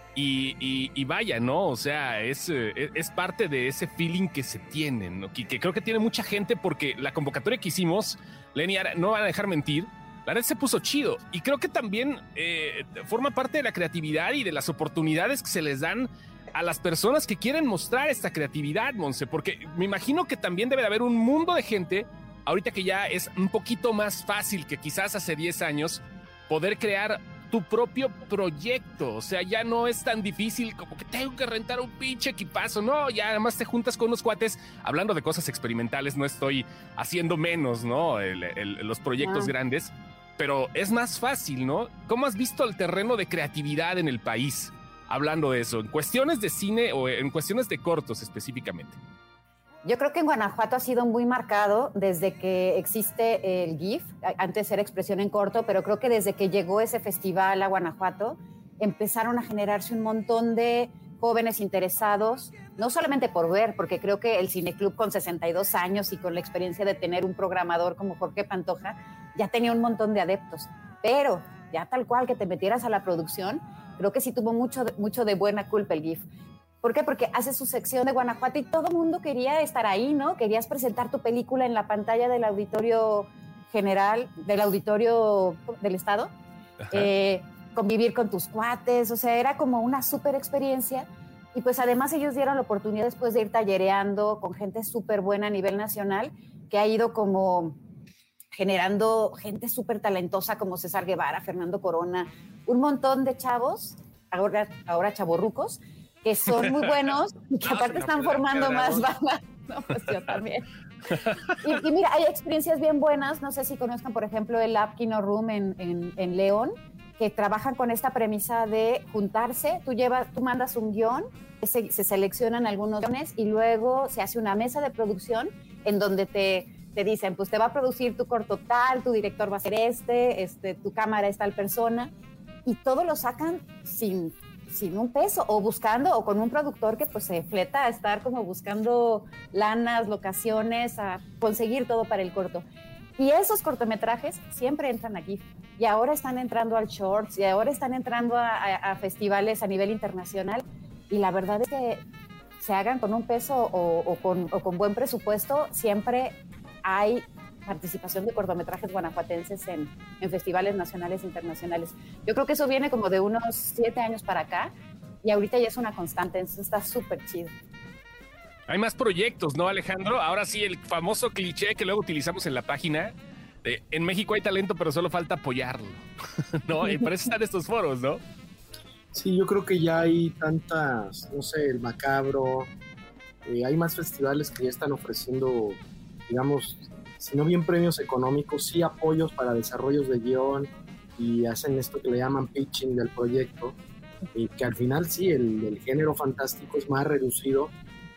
y vaya, ¿no? O sea, es parte de ese feeling que se tiene, ¿no? Que creo que tiene mucha gente porque la convocatoria que hicimos, Lenny, no van a dejar mentir, la red se puso chido y creo que también forma parte de la creatividad y de las oportunidades que se les dan a las personas que quieren mostrar esta creatividad, Monse, porque me imagino que también debe de haber un mundo de gente, ahorita que ya es un poquito más fácil que quizás hace 10 años, poder crear tu propio proyecto. O sea, ya no es tan difícil como que tengo que rentar un pinche equipazo. No, ya además te juntas con unos cuates hablando de cosas experimentales. No estoy haciendo menos, ¿no? Los proyectos grandes, pero es más fácil, ¿no? ¿Cómo has visto el terreno de creatividad en el país? Hablando de eso, en cuestiones de cine o en cuestiones de cortos específicamente. Yo creo que en Guanajuato ha sido muy marcado desde que existe el GIF, antes era expresión en corto, pero creo que desde que llegó ese festival a Guanajuato, empezaron a generarse un montón de jóvenes interesados, no solamente por ver, porque creo que el Cineclub con 62 años y con la experiencia de tener un programador como Jorge Pantoja, ya tenía un montón de adeptos, pero ya tal cual que te metieras a la producción, creo que sí tuvo mucho de buena culpa el GIF. ¿Por qué? Porque hace su sección de Guanajuato y todo el mundo quería estar ahí, ¿no? Querías presentar tu película en la pantalla del auditorio general, del auditorio del Estado, convivir con tus cuates, o sea, era como una súper experiencia. Y pues además ellos dieron la oportunidad después de ir tallereando con gente súper buena a nivel nacional, que ha ido como generando gente súper talentosa como César Guevara, Fernando Corona, un montón de chavos, ahora chavorrucos, que son muy buenos y que aparte están formando más bandas. No, pues yo también. Y mira, hay experiencias bien buenas, no sé si conozcan, por ejemplo, el Lab Kino Room en León, que trabajan con esta premisa de juntarse, tú mandas un guión, se seleccionan algunos guiones y luego se hace una mesa de producción en donde te dicen, pues te va a producir tu corto tal, tu director va a ser tu cámara es tal persona, y todo lo sacan sin un peso, o buscando, o con un productor que pues se fleta a estar como buscando lanas, locaciones, a conseguir todo para el corto. Y esos cortometrajes siempre entran aquí, y ahora están entrando al Shorts, y ahora están entrando a festivales a nivel internacional, y la verdad es que se hagan con un peso o con buen presupuesto, siempre hay participación de cortometrajes guanajuatenses en festivales nacionales e internacionales. Yo creo que eso viene como de unos 7 años para acá y ahorita ya es una constante, entonces está súper chido. Hay más proyectos, ¿no, Alejandro? Ahora sí, el famoso cliché que luego utilizamos en la página de en México hay talento, pero solo falta apoyarlo, ¿no? Y por eso están estos foros, ¿no? Sí, yo creo que ya hay tantas, no sé, el Macabro, hay más festivales que ya están ofreciendo, digamos, si no bien premios económicos, sí apoyos para desarrollos de guión y hacen esto que le llaman pitching del proyecto, y que al final sí, el género fantástico es más reducido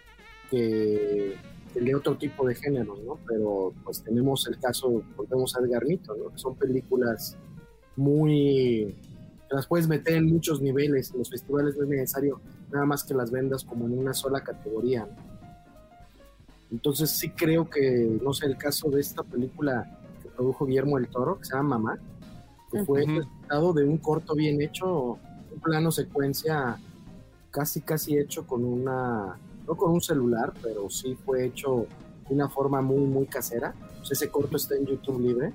que el de otro tipo de géneros, ¿no? Pero pues tenemos el caso, volvemos a Edgar Nito, ¿no? Que son películas muy... que las puedes meter en muchos niveles, en los festivales no es necesario nada más que las vendas como en una sola categoría, ¿no? Entonces sí creo que, no sé, el caso de esta película que produjo Guillermo del Toro, que se llama Mamá, que fue resultado de un corto bien hecho, un plano secuencia casi hecho con una, no con un celular, pero sí fue hecho de una forma muy casera. Pues ese corto está en YouTube libre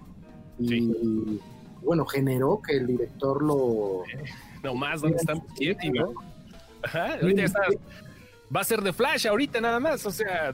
y bueno, generó que el director lo... No más, ¿dónde están? ¿No? Ajá, ahorita ya está... Va a ser de Flash ahorita nada más, o sea,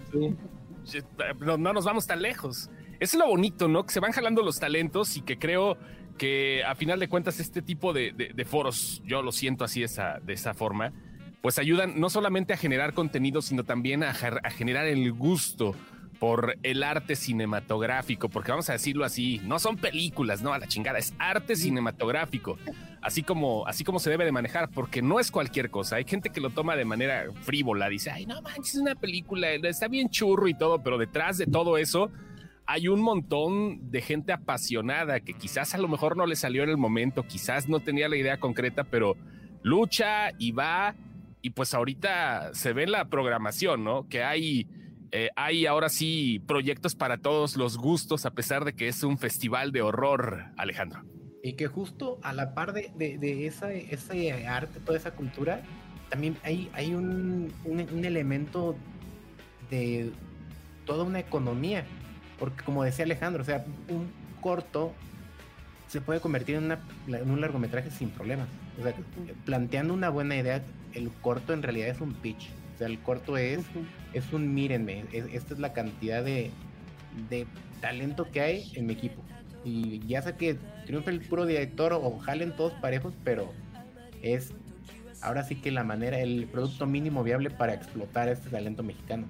no nos vamos tan lejos. Eso es lo bonito, ¿no? Que se van jalando los talentos y que creo que a final de cuentas este tipo de foros, yo lo siento así de esa forma, pues ayudan no solamente a generar contenido, sino también a generar el gusto por el arte cinematográfico, porque vamos a decirlo así, no son películas, no, a la chingada, es arte cinematográfico, así como se debe de manejar, porque no es cualquier cosa. Hay gente que lo toma de manera frívola, dice, ay, no manches, es una película, está bien churro y todo, pero detrás de todo eso hay un montón de gente apasionada que quizás a lo mejor no le salió en el momento, quizás no tenía la idea concreta, pero lucha y va, y pues ahorita se ve en la programación, ¿no? Que hay ahora sí proyectos para todos los gustos, a pesar de que es un festival de horror, Alejandro. Y que justo a la par de ese arte, toda esa cultura, también hay un elemento de toda una economía. Porque como decía Alejandro, o sea, un corto se puede convertir en un largometraje sin problemas. O sea, planteando una buena idea, el corto en realidad es un pitch. O sea, el corto es un mírenme, esta es la cantidad de talento que hay en mi equipo. Y ya sé que triunfa el puro director o jalen todos parejos, pero es ahora sí que el producto mínimo viable para explotar este talento mexicano.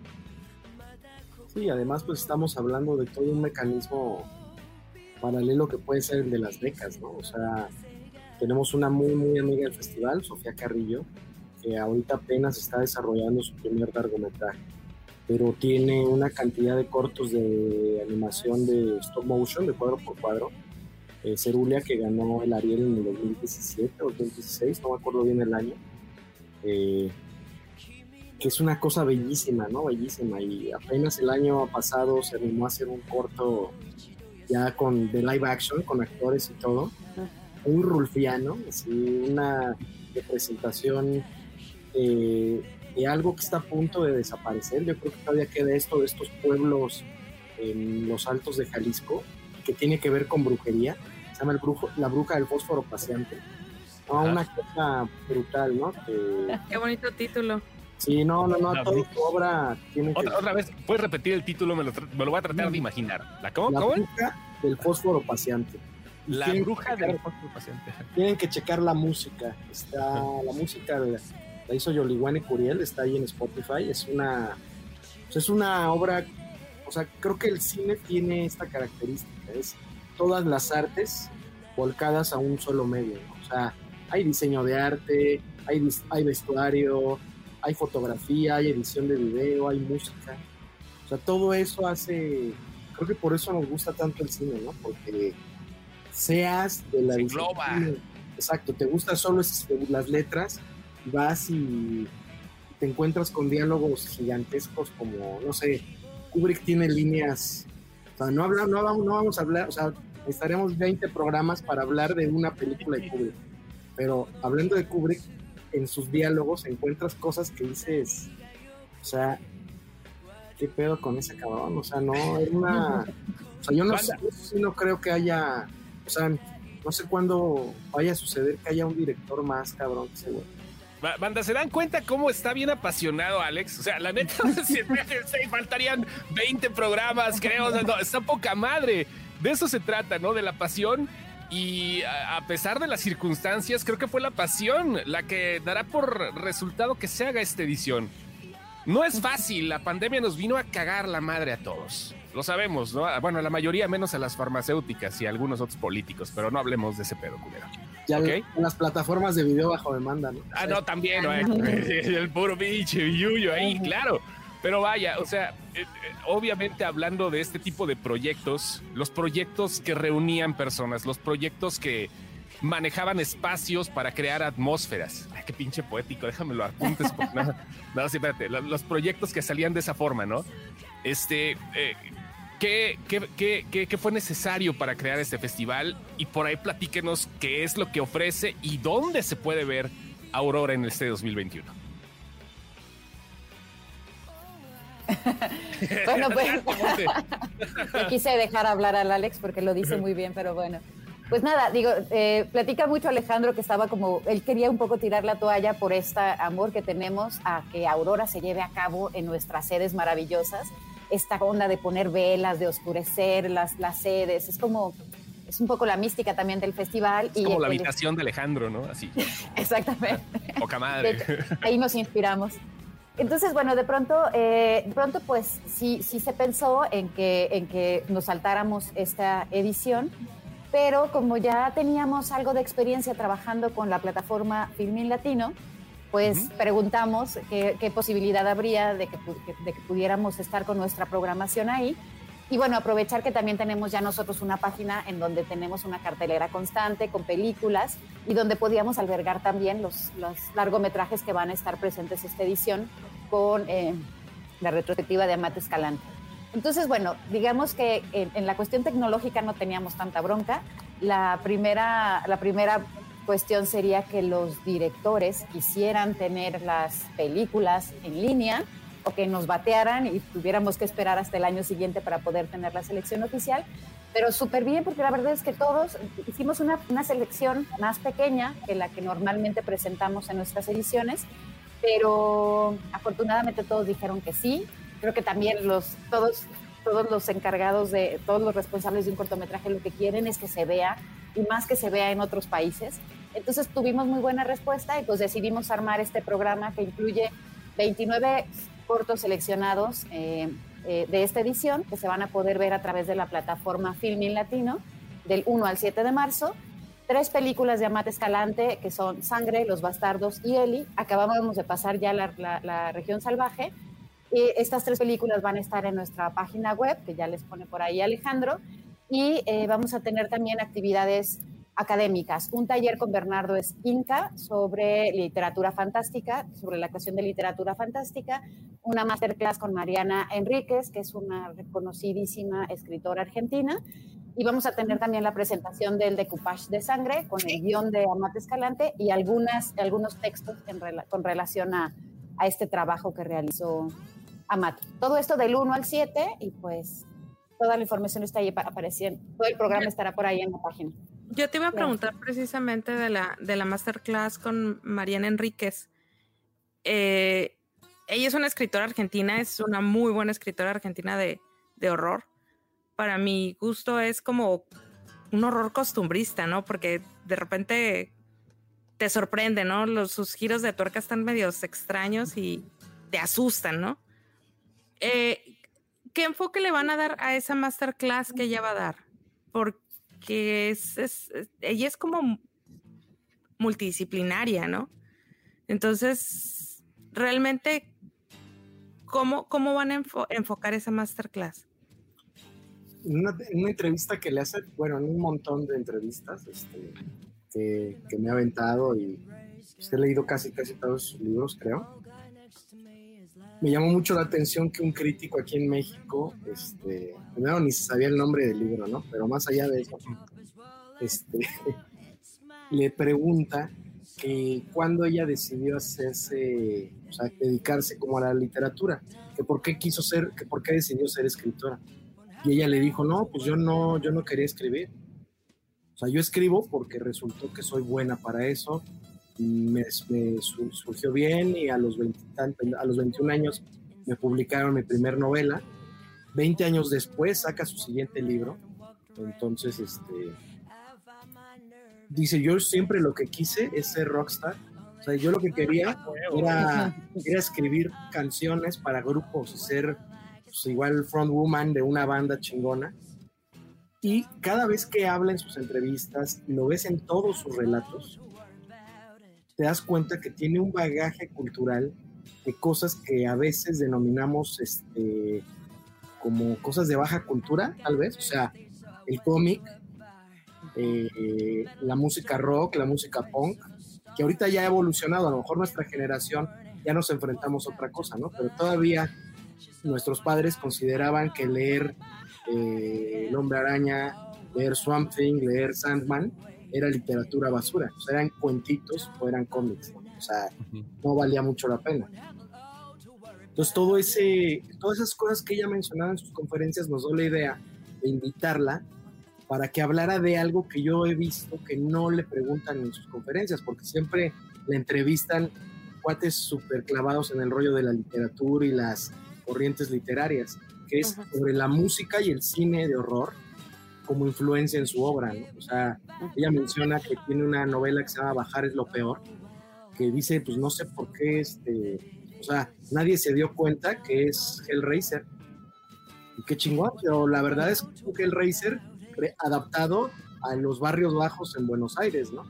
Sí, además pues estamos hablando de todo un mecanismo paralelo que puede ser el de las becas, ¿no? O sea, tenemos una muy, muy amiga del festival, Sofía Carrillo, que ahorita apenas está desarrollando su primer largometraje, pero tiene una cantidad de cortos de animación de stop motion, de cuadro por cuadro. Cerulia, que ganó el Ariel en el 2017 o 2016, no me acuerdo bien el año, que es una cosa bellísima, ¿no? Bellísima, y apenas el año pasado se animó a hacer un corto ya de live action, con actores y todo, muy rulfiano, así una representación de algo que está a punto de desaparecer. Yo creo que todavía queda esto de estos pueblos en los altos de Jalisco, que tiene que ver con brujería. Se llama La Bruja del Fósforo Paseante. No, una cosa brutal, ¿no? Qué bonito título. Sí, no, toda tu obra tiene que... Otra vez, ¿puedes repetir el título? Me lo voy a tratar de imaginar. La Bruja del Fósforo Paseante. La Bruja del Fósforo Paseante. Tienen que checar la música. La música la hizo Yoliwane Curiel, está ahí en Spotify. Es una obra, o sea, creo que el cine tiene esta característica, es todas las artes volcadas a un solo medio, ¿no? O sea, hay diseño de arte, hay vestuario, hay fotografía, hay edición de video, hay música. O sea, todo eso creo que por eso nos gusta tanto el cine, ¿no? Porque seas de la... engloba. Exacto, te gusta solo las letras, vas y te encuentras con diálogos gigantescos como, no sé, Kubrick tiene líneas, o sea, no vamos a hablar, o sea, necesitaremos 20 programas para hablar de una película de Kubrick, pero hablando de Kubrick, en sus diálogos encuentras cosas que dices, o sea, ¿qué pedo con ese cabrón? O sea, no, es una... O sea, yo no creo que haya... O sea, no sé cuándo vaya a suceder que haya un director más cabrón que ese güey. Banda, ¿se dan cuenta cómo está bien apasionado Alex? O sea, la neta, faltarían 20 programas, creo. O sea, no, está poca madre. De eso se trata, ¿no? De la pasión. Y a pesar de las circunstancias, creo que fue la pasión la que dará por resultado que se haga esta edición. No es fácil, la pandemia nos vino a cagar la madre a todos. Lo sabemos, ¿no? Bueno, a la mayoría, menos a las farmacéuticas y a algunos otros políticos, pero no hablemos de ese pedo, culero. Ya ¿Okay? Las plataformas de video bajo demanda, ¿no? Ah, no, también, ¿no? El puro pinche yuyo ahí, claro. Pero vaya, o sea, obviamente hablando de este tipo de proyectos, los proyectos que reunían personas, los proyectos que manejaban espacios para crear atmósferas. Ay, qué pinche poético, déjame lo apuntes. No, sí, espérate, los proyectos que salían de esa forma, ¿no? ¿Qué fue necesario para crear este festival? Y por ahí platíquenos qué es lo que ofrece y dónde se puede ver Aurora en este 2021. Bueno, pues yo quise dejar hablar al Alex porque lo dice muy bien, pero bueno. Pues nada, digo, platica mucho Alejandro que estaba como, él quería un poco tirar la toalla por este amor que tenemos a que Aurora se lleve a cabo en nuestras sedes maravillosas, esta onda de poner velas, de oscurecer las sedes, es un poco la mística también del festival. Es como la habitación de Alejandro, ¿no? Así. Exactamente. Poca madre. De hecho, ahí nos inspiramos. Entonces, bueno, de pronto pues sí se pensó en que nos saltáramos esta edición, pero como ya teníamos algo de experiencia trabajando con la plataforma Filmin Latino, pues preguntamos qué posibilidad habría de que pudiéramos estar con nuestra programación ahí. Y bueno, aprovechar que también tenemos ya nosotros una página en donde tenemos una cartelera constante con películas y donde podíamos albergar también los largometrajes que van a estar presentes esta edición con la retrospectiva de Amat Escalante. Entonces, bueno, digamos que en la cuestión tecnológica no teníamos tanta bronca. La primera cuestión sería que los directores quisieran tener las películas en línea o que nos batearan y tuviéramos que esperar hasta el año siguiente para poder tener la selección oficial, pero súper bien, porque la verdad es que todos hicimos una selección más pequeña que la que normalmente presentamos en nuestras ediciones, pero afortunadamente todos dijeron que sí. Creo que también todos los encargados, todos los responsables de un cortometraje lo que quieren es que se vea, y más que se vea en otros países. Entonces tuvimos muy buena respuesta y pues decidimos armar este programa que incluye 29 cortos seleccionados de esta edición que se van a poder ver a través de la plataforma Filmin Latino del 1 al 7 de marzo. 3 películas de Amat Escalante que son Sangre, Los Bastardos y Eli. Acabamos de pasar ya la Región Salvaje. Y estas 3 películas van a estar en nuestra página web, que ya les pone por ahí Alejandro, y vamos a tener también actividades académicas. Un taller con Bernardo Esquinca sobre literatura fantástica, sobre la creación de literatura fantástica. Una masterclass con Mariana Enríquez, que es una reconocidísima escritora argentina. Y vamos a tener también la presentación del Decoupage de Sangre, con el guión de Amat Escalante y algunos textos con relación a este trabajo que realizó Amat. Todo esto del 1 al 7, y pues toda la información está ahí apareciendo. Todo el programa estará por ahí en la página. Yo te iba a preguntar precisamente de la masterclass con Mariana Enríquez. Ella es una escritora argentina, es una muy buena escritora argentina de horror. Para mi gusto es como un horror costumbrista, ¿no? Porque de repente te sorprende, ¿no? Sus giros de tuerca están medios extraños y te asustan, ¿no? ¿Qué enfoque le van a dar a esa masterclass que ella va a dar? Porque ella es como multidisciplinaria, ¿no? Entonces, realmente, ¿cómo van a enfocar esa masterclass? En una entrevista que le hace, bueno, en un montón de entrevistas que me ha aventado, y pues, he leído casi todos sus libros, creo. Me llamó mucho la atención que un crítico aquí en México, primero ni se sabía el nombre del libro, ¿no? Pero más allá de eso, le pregunta que cuando ella decidió hacerse, o sea, dedicarse como a la literatura, que por qué decidió ser escritora. Y ella le dijo, no, pues yo no quería escribir. O sea, yo escribo porque resultó que soy buena para eso. Me surgió bien, y a los 21 años me publicaron mi primer novela. 20 años después saca su siguiente libro. Entonces, dice, yo siempre lo que quise es ser rockstar. O sea, yo lo que quería era escribir canciones para grupos y ser, pues, igual frontwoman de una banda chingona. Y cada vez que habla en sus entrevistas y lo ves en todos sus relatos, te das cuenta que tiene un bagaje cultural de cosas que a veces denominamos como cosas de baja cultura, tal vez. O sea, el cómic, la música rock, la música punk, que ahorita ya ha evolucionado. A lo mejor nuestra generación ya nos enfrentamos a otra cosa, ¿no? Pero todavía nuestros padres consideraban que leer El Hombre Araña, leer Swamp Thing, leer Sandman era literatura basura. O sea, eran cuentitos o eran cómics, ¿no? O sea, no valía mucho la pena. Entonces, todas esas cosas que ella mencionaba en sus conferencias nos dio la idea de invitarla para que hablara de algo que yo he visto que no le preguntan en sus conferencias, porque siempre le entrevistan cuates súper clavados en el rollo de la literatura y las corrientes literarias, que es sobre la música y el cine de horror como influencia en su obra, ¿no? O sea, ella menciona que tiene una novela que se llama Bajar es lo peor, que dice, pues no sé por qué, O sea, nadie se dio cuenta que es Hellraiser. Y qué chingón, pero la verdad es que Hellraiser adaptado a los barrios bajos en Buenos Aires, ¿no?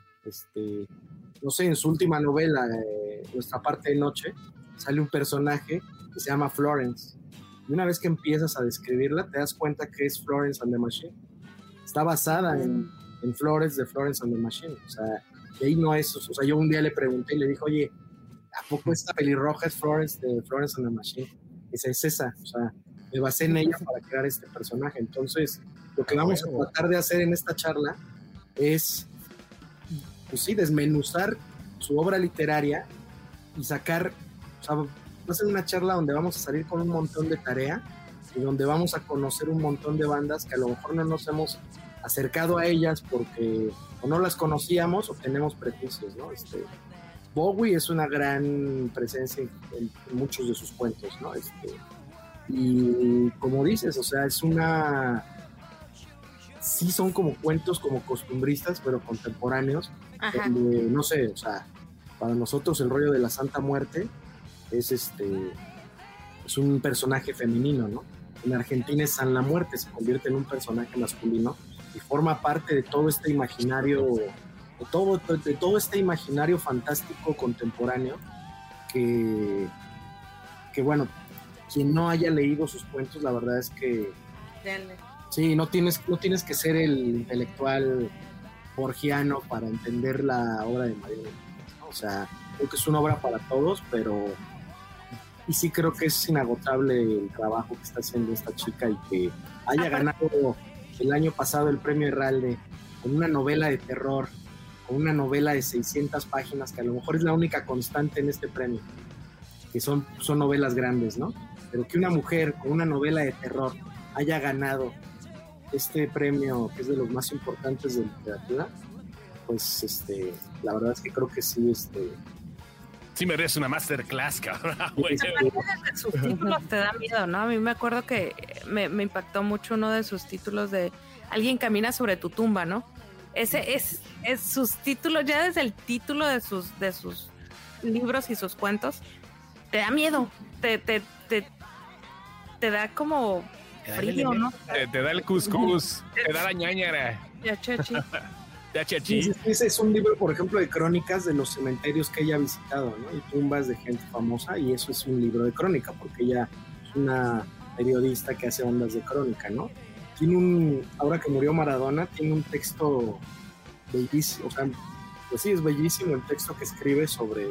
No sé, en su última novela, Nuestra parte de noche, sale un personaje que se llama Florence. Y una vez que empiezas a describirla, te das cuenta que es Florence and the Machine. Está basada en Florence de Florence and the Machine. O sea, y ahí no es... O sea, yo un día le pregunté y le dije, oye, ¿a poco esta pelirroja es Florence de Florence and the Machine? Esa es esa. O sea, me basé en ella para crear este personaje. Entonces, lo que vamos a tratar de hacer en esta charla es, pues sí, desmenuzar su obra literaria y sacar... O sea, va a ser una charla donde vamos a salir con un montón de tarea y donde vamos a conocer un montón de bandas que a lo mejor no nos hemos acercado a ellas porque o no las conocíamos o tenemos prejuicios, ¿no? Bowie es una gran presencia en muchos de sus cuentos, ¿no? Y como dices, o sea, es una... Sí son como cuentos como costumbristas, pero contemporáneos, donde, no sé, o sea, para nosotros el rollo de la Santa Muerte es un personaje femenino, ¿no? En Argentina es San la Muerte, se convierte en un personaje masculino y forma parte de todo este imaginario, de todo este imaginario fantástico contemporáneo que bueno, quien no haya leído sus cuentos, la verdad es que sí, no tienes que ser el intelectual borgiano para entender la obra de María Becerra, ¿no? O sea, creo que es una obra para todos, y sí creo que es inagotable el trabajo que está haciendo esta chica y que haya ganado el año pasado el premio Herralde con una novela de terror, con una novela de 600 páginas, que a lo mejor es la única constante en este premio, que son novelas grandes, ¿no? Pero que una mujer con una novela de terror haya ganado este premio, que es de los más importantes de literatura, pues la verdad es que creo que sí, sí merece una masterclass, cabrón. Sus títulos te da miedo, ¿no? A mí me acuerdo que me impactó mucho uno de sus títulos de Alguien camina sobre tu tumba, ¿no? Ese es sus títulos, ya desde el título de sus libros y sus cuentos, te da miedo, te da como frío, ¿no? Te da el cuscús, te da la ñañara. Ya, chachi. Sí, ese es un libro, por ejemplo, de crónicas de los cementerios que ella ha visitado, ¿no? Y tumbas de gente famosa, y eso es un libro de crónica, porque ella es una periodista que hace ondas de crónica, ¿no? Ahora que murió Maradona, tiene un texto bellísimo, o sea, pues sí, es bellísimo el texto que escribe sobre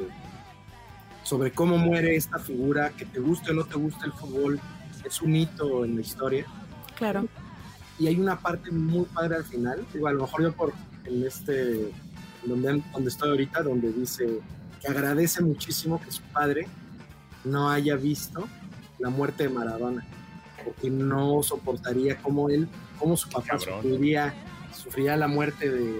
cómo muere esta figura, que te guste o no te guste el fútbol, es un hito en la historia. Claro. Y hay una parte muy padre al final, digo, a lo mejor yo donde estoy ahorita, donde dice que agradece muchísimo que su padre no haya visto la muerte de Maradona, porque no soportaría cómo su papá sufriría la muerte de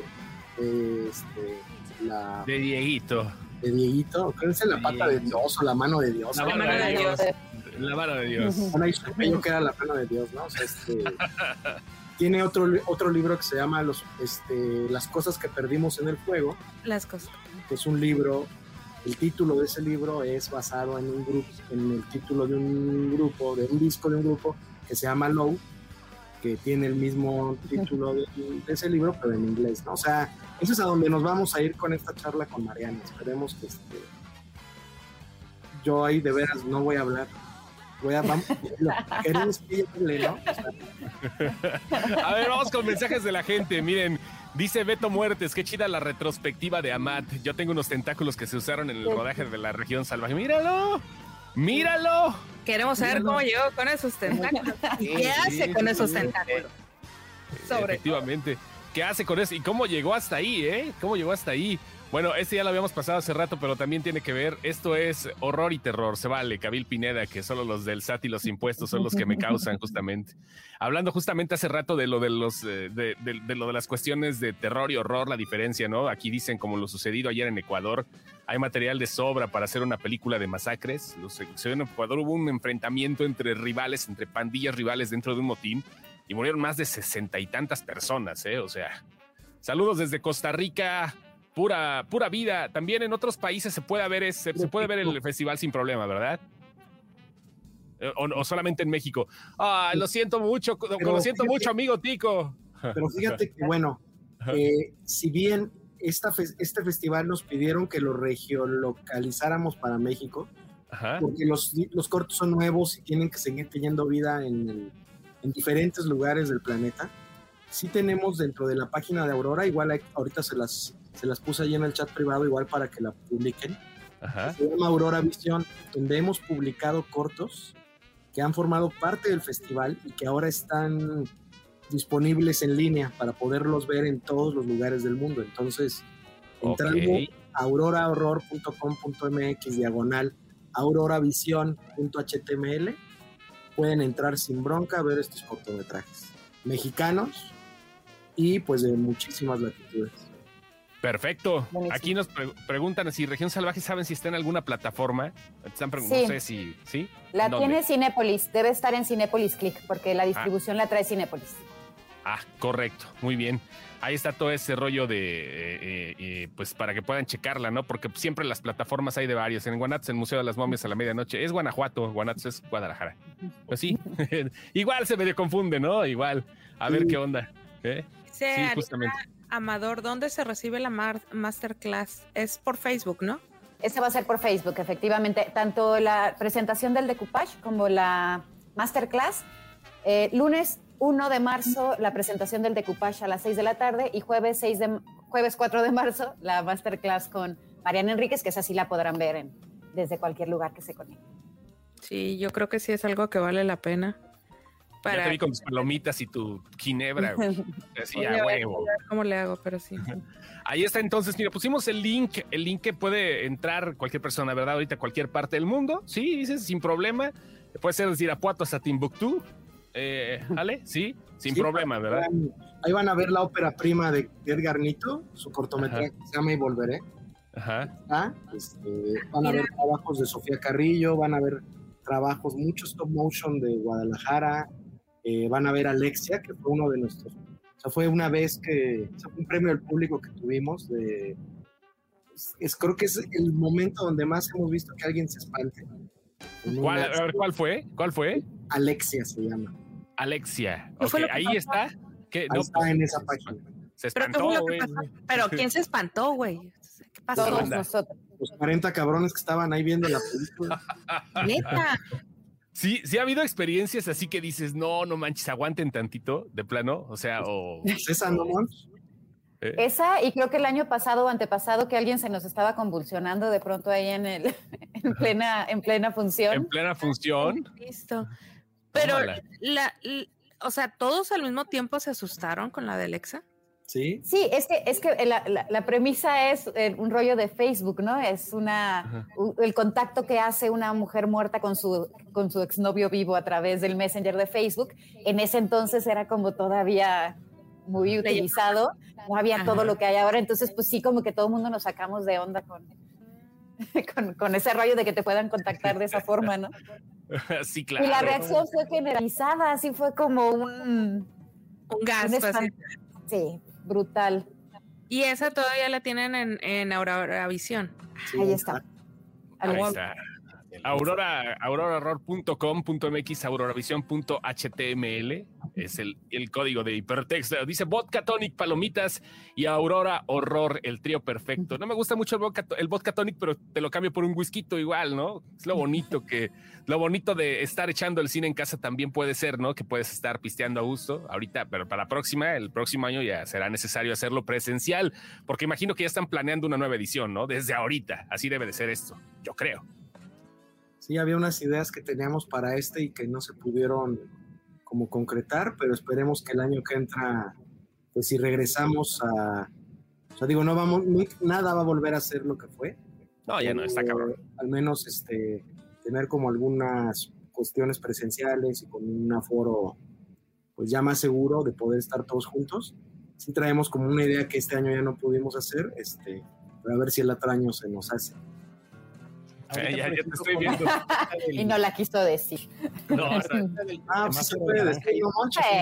Dieguito. De Dieguito, creo que es la pata de Dios o la mano de Dios. La mano de Dios. La mano de Dios. Bueno, ahí supe yo que era la mano de Dios, ¿no? O sea, tiene otro libro que se llama Las cosas que perdimos en el fuego. Las cosas. Que es un libro, el título de ese libro es basado en el título de un grupo, de un disco de un grupo que se llama Low, que tiene el mismo título de ese libro, pero en inglés, ¿no? O sea, eso es a donde nos vamos a ir con esta charla con Mariana. Esperemos que yo ahí de veras no voy a hablar. Queremos que hable, ¿no? A ver, vamos con mensajes de la gente. Miren, dice Beto Muertes, qué chida la retrospectiva de Amat. Yo tengo unos tentáculos que se usaron en el rodaje de La Región Salvaje. ¡Míralo! Queremos saber cómo llegó con esos tentáculos. ¿Y qué hace con esos tentáculos? Efectivamente. ¿Qué hace con eso? ¿Y cómo llegó hasta ahí, ¿Cómo llegó hasta ahí? Bueno, ya lo habíamos pasado hace rato, pero también tiene que ver, esto es horror y terror, se vale, Kabil Pineda, que solo los del SAT y los impuestos son los que me causan justamente. Hablando justamente hace rato de lo de lo de las cuestiones de terror y horror, la diferencia, ¿no? Aquí dicen, como lo sucedido ayer en Ecuador, hay material de sobra para hacer una película de masacres. En Ecuador hubo un enfrentamiento entre pandillas rivales dentro de un motín, y murieron más de 60 y tantas personas, O sea, saludos desde Costa Rica. pura vida. También en otros países se puede ver el festival sin problema, ¿verdad? O solamente en México. Lo siento mucho, mucho, amigo Tico. Pero fíjate que, bueno, si bien este festival nos pidieron que lo geolocalizáramos para México, ajá, porque los cortos son nuevos y tienen que seguir teniendo vida en diferentes lugares del planeta. Sí tenemos dentro de la página de Aurora, igual ahorita se las puse ahí en el chat privado, igual para que la publiquen. Ajá. Se llama Aurora Visión, donde hemos publicado cortos que han formado parte del festival y que ahora están disponibles en línea para poderlos ver en todos los lugares del mundo. Entonces, entrando a auroravisión.com.mx/auroravisión.html, pueden entrar sin bronca a ver estos cortometrajes mexicanos y pues de muchísimas latitudes. Perfecto. Buenísimo. Aquí nos preguntan si Región Salvaje saben si está en alguna plataforma. Están preguntando, no sé si ¿sí? La tiene Cinépolis, debe estar en Cinépolis Click porque la distribución la trae Cinépolis. Correcto, muy bien. Ahí está todo ese rollo de, pues para que puedan checarla, ¿no? Porque siempre las plataformas hay de varios. En Guanatos, el Museo de las Momias a la medianoche, es Guanajuato, Guanatos es Guadalajara. Pues sí, igual se medio confunde, ¿no? Igual, a ver qué onda. Sí, justamente. Amador, ¿dónde se recibe la masterclass? Es por Facebook, ¿no? Esa va a ser por Facebook, efectivamente. Tanto la presentación del decoupage como la masterclass. Lunes 1 de marzo, la presentación del decoupage a las 6 de la tarde y jueves 4 de marzo, la masterclass con Mariana Enríquez, que esa sí la podrán ver desde cualquier lugar que se conecte. Sí, yo creo que sí es algo que vale la pena. Ya te vi con tus palomitas y tu ginebra, güey. Así a huevo. ¿Cómo le hago? Pero sí. Ahí está, entonces, mira, pusimos el link que puede entrar cualquier persona, ¿verdad? Ahorita a cualquier parte del mundo, sí, dices, sin problema. Puede ser desde Irapuato hasta Timbuktu, ¿vale? Sí, sin problema, ¿verdad? Ahí van a ver la ópera prima de Edgar Nito, su cortometraje que se llama Y Volveré. Ajá. Van a ver trabajos de Sofía Carrillo, van a ver trabajos, muchos stop motion de Guadalajara. Van a ver Alexia, que fue uno de nuestros, o sea, fue una vez que, o sea, fue un premio del público que tuvimos, creo que es el momento donde más hemos visto que alguien se espante. ¿Cuál fue? Alexia se llama. Alexia, okay, ahí está. Ahí está en esa página. Se espantó, güey. Pero ¿quién se espantó, güey? ¿Qué pasó? Todos nosotros. Los 40 cabrones que estaban ahí viendo la película. ¿Neta? Sí ha habido experiencias así que dices, no manches, aguanten tantito, de plano, o sea, ¿Esa no, Mons? Esa, y creo que el año pasado o antepasado que alguien se nos estaba convulsionando de pronto ahí en plena función. En plena función. Listo. Pero, o sea, ¿todos al mismo tiempo se asustaron con la de Alexa? Sí. Sí, es que la premisa es un rollo de Facebook, ¿no? Es el contacto que hace una mujer muerta con su exnovio vivo a través del Messenger de Facebook. En ese entonces era como todavía muy utilizado, no había todo lo que hay ahora, entonces pues sí, como que todo el mundo nos sacamos de onda con ese rollo de que te puedan contactar de esa forma, ¿no? Sí, claro. Y la reacción fue generalizada, así fue como un gasto. Sí, brutal. Y esa todavía la tienen en Aurora Visión. Sí, ahí está. Ahí está. aurorahorror.com.mx, auroravisión.html es el código de hipertexto. Dice Vodka Tonic, palomitas y Aurora Horror, el trío perfecto. No me gusta mucho el vodka tonic, pero te lo cambio por un whisky igual, ¿no? Es lo bonito de estar echando el cine en casa también puede ser, ¿no? Que puedes estar pisteando a gusto ahorita, pero para el próximo año ya será necesario hacerlo presencial, porque imagino que ya están planeando una nueva edición, ¿no? Desde ahorita, así debe de ser esto, yo creo. Sí, había unas ideas que teníamos para y que no se pudieron como concretar, pero esperemos que el año que entra, pues si regresamos o sea, digo, nada va a volver a ser lo que fue. No, ya no, está cabrón. Al menos tener como algunas cuestiones presenciales y con un aforo pues ya más seguro de poder estar todos juntos. Sí traemos como una idea que este año ya no pudimos hacer, pero a ver si el otro año se nos hace. Ya te estoy viendo. Y no la quiso decir. No, pues se puede decir.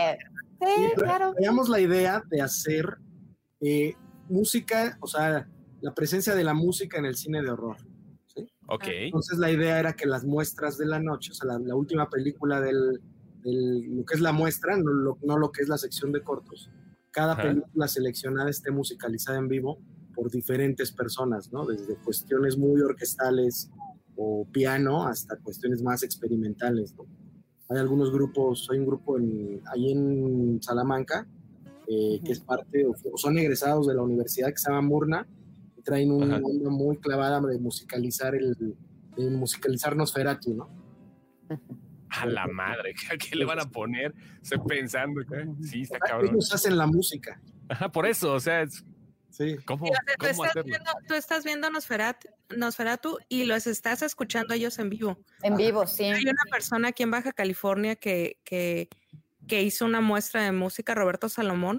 Sí, claro. Teníamos la idea de hacer música, o sea, la presencia de la música en el cine de horror. ¿Sí? Ok. Entonces la idea era que las muestras de la noche, o sea, la última película lo que es la muestra, no lo que es la sección de cortos, cada película seleccionada esté musicalizada en vivo por diferentes personas, ¿no? Desde cuestiones muy orquestales o piano hasta cuestiones más experimentales, ¿no? Hay algunos grupos, hay un grupo ahí en Salamanca que es parte, o son egresados de la universidad, que se llama Murna, y traen una onda muy clavada de musicalizar Nosferatu, ¿no? A la madre, ¿qué le van a poner? Estoy pensando, sí, está cabrón. Ellos hacen la música. Ajá, por eso, o sea, sí. ¿Cómo hacerlo? Tú estás viendo Nosferatu y los estás escuchando ellos en vivo. En vivo, sí. Hay una persona aquí en Baja California que hizo una muestra de música, Roberto Salomón.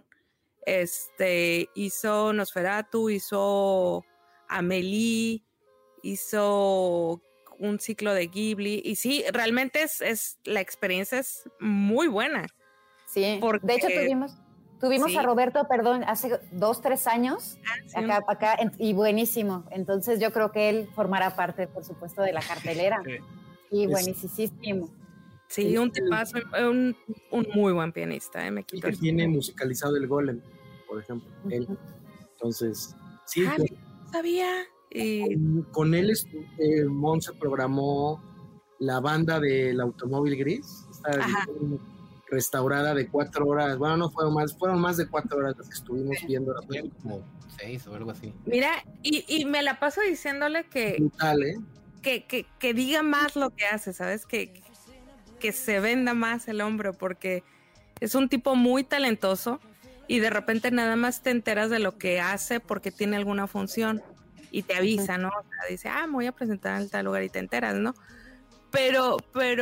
Hizo Nosferatu, hizo Amélie, hizo un ciclo de Ghibli. Y sí, realmente la experiencia es muy buena. Sí, porque, de hecho tuvimos sí. a Roberto, hace 2-3 años, sí. acá, y buenísimo. Entonces yo creo que él formará parte, por supuesto, de la cartelera. Y buenísimo. Sí, un tipazo, un muy buen pianista, me quito. Que tiene musicalizado el Golem, por ejemplo, él. Entonces, sí. Sabía. Con él, Monse programó la banda del Automóvil Gris, esta restaurada de 4 horas. Bueno, no fueron más de 4 horas las que estuvimos viendo. Como 6 o algo así. Mira, y me la paso diciéndole que... Brutal, ¿eh? Que diga más lo que hace, ¿sabes? Que se venda más el hombre, porque es un tipo muy talentoso y de repente nada más te enteras de lo que hace porque tiene alguna función y te avisa, ¿no? O sea, dice, me voy a presentar en tal lugar y te enteras, ¿no? Pero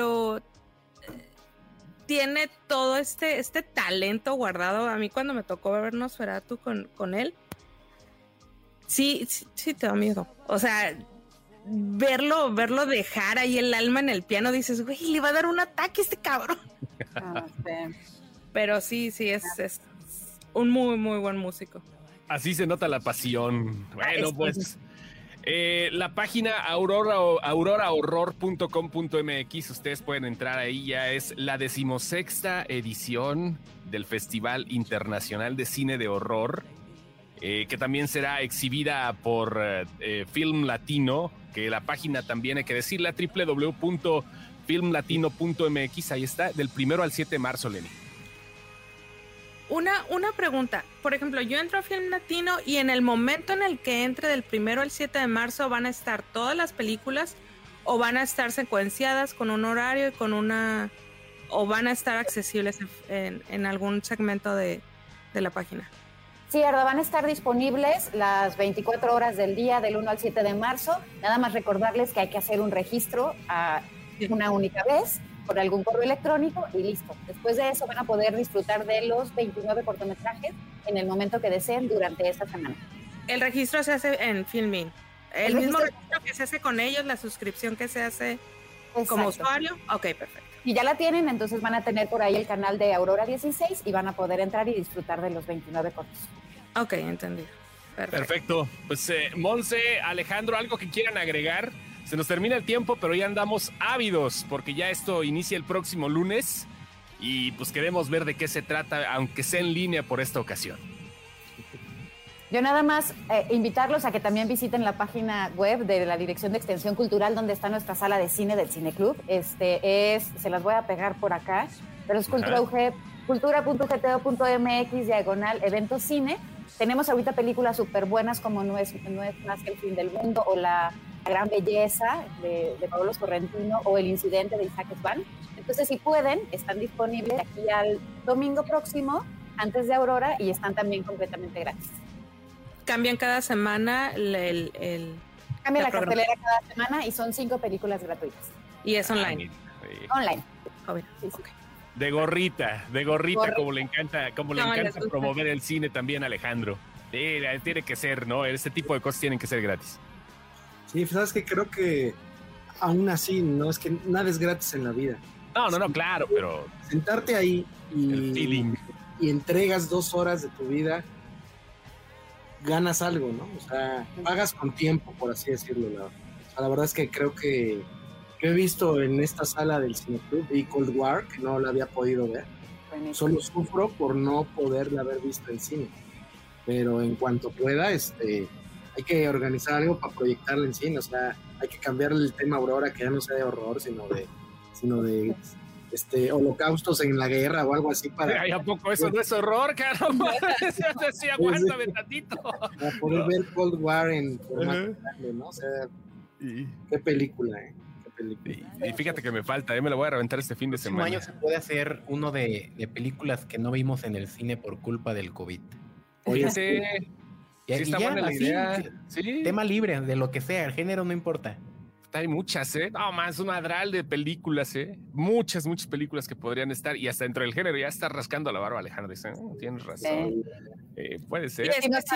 tiene todo este talento guardado. A mí cuando me tocó ver Nosferatu con él, sí te da miedo. O sea, verlo dejar ahí el alma en el piano, dices, güey, le va a dar un ataque a este cabrón. Sí. Pero sí, es un muy, muy buen músico. Así se nota la pasión. Bueno, pues la página aurorahorror.com.mx, ustedes pueden entrar ahí, ya es la 16ª edición del Festival Internacional de Cine de Horror, que también será exhibida por Film Latino, que la página también hay que decirla, www.filmlatino.mx, ahí está, del 1 al 7 de marzo, Lenny. Una pregunta, por ejemplo, yo entro a Film Latino y en el momento en el que entre del 1 al 7 de marzo van a estar todas las películas o van a estar secuenciadas con un horario y o van a estar accesibles en algún segmento de la página. Sí, Arda, van a estar disponibles las 24 horas del día, del 1 al 7 de marzo. Nada más recordarles que hay que hacer un registro una única vez por algún correo electrónico y listo. Después de eso van a poder disfrutar de los 29 cortometrajes en el momento que deseen durante esta semana. El registro se hace en Filmin. El mismo registro que se hace con ellos, la suscripción que se hace como usuario. Ok, perfecto. Y ya la tienen, entonces van a tener por ahí el canal de Aurora 16 y van a poder entrar y disfrutar de los 29 cortos. Ok, entendido. Perfecto. Pues Monse, Alejandro, ¿algo que quieran agregar? Se nos termina el tiempo, pero ya andamos ávidos porque ya esto inicia el próximo lunes y pues queremos ver de qué se trata, aunque sea en línea por esta ocasión. Yo nada más invitarlos a que también visiten la página web de la Dirección de Extensión Cultural, donde está nuestra sala de cine del Cineclub. Se las voy a pegar por acá, pero es cultura.gto.mx/eventos cine. Tenemos ahorita películas súper buenas como no es más que el fin del mundo, o La Gran Belleza de Paolo Sorrentino, o El Incidente de Isaac Svan. Entonces, si pueden, están disponibles aquí al domingo próximo, antes de Aurora, y están también completamente gratis. Cambian cada semana Cambia la cartelera cada semana y son 5 películas gratuitas. Y es online. Online. Sí, sí. De gorrita, como le encanta promover el cine también, Alejandro. Tiene que ser, ¿no? Este tipo de cosas tienen que ser gratis. Sí, sabes que creo que aún así, no es que nada es gratis en la vida. No, claro, pero sentarte ahí y entregas 2 horas de tu vida ganas algo, ¿no? O sea, pagas con tiempo, por así decirlo. La verdad es que creo que he visto en esta sala del Cineclub y Cold War, que no la había podido ver. Solo sufro por no poderla haber visto en cine. Pero en cuanto pueda, hay que organizar algo para proyectarla en cine. O sea, hay que cambiarle el tema Aurora, que ya no sea de horror, sino de holocaustos en la guerra o algo así para... Ay, ¿a poco eso no es horror, caramba? Sí, aguántame tantito. Para poder ver Cold War en formato grande, ¿no? O sea, qué película, Qué película. Y fíjate que me falta, me lo voy a reventar este fin de semana. El próximo año se puede hacer uno de películas que no vimos en el cine por culpa del COVID. Oye, sí está buena la idea. Sí. Tema libre, de lo que sea, el género no importa. Hay muchas, no más, un madral de películas, muchas películas que podrían estar, y hasta dentro del género ya está rascando la barba Alejandro, dice, tienes razón, puede ser.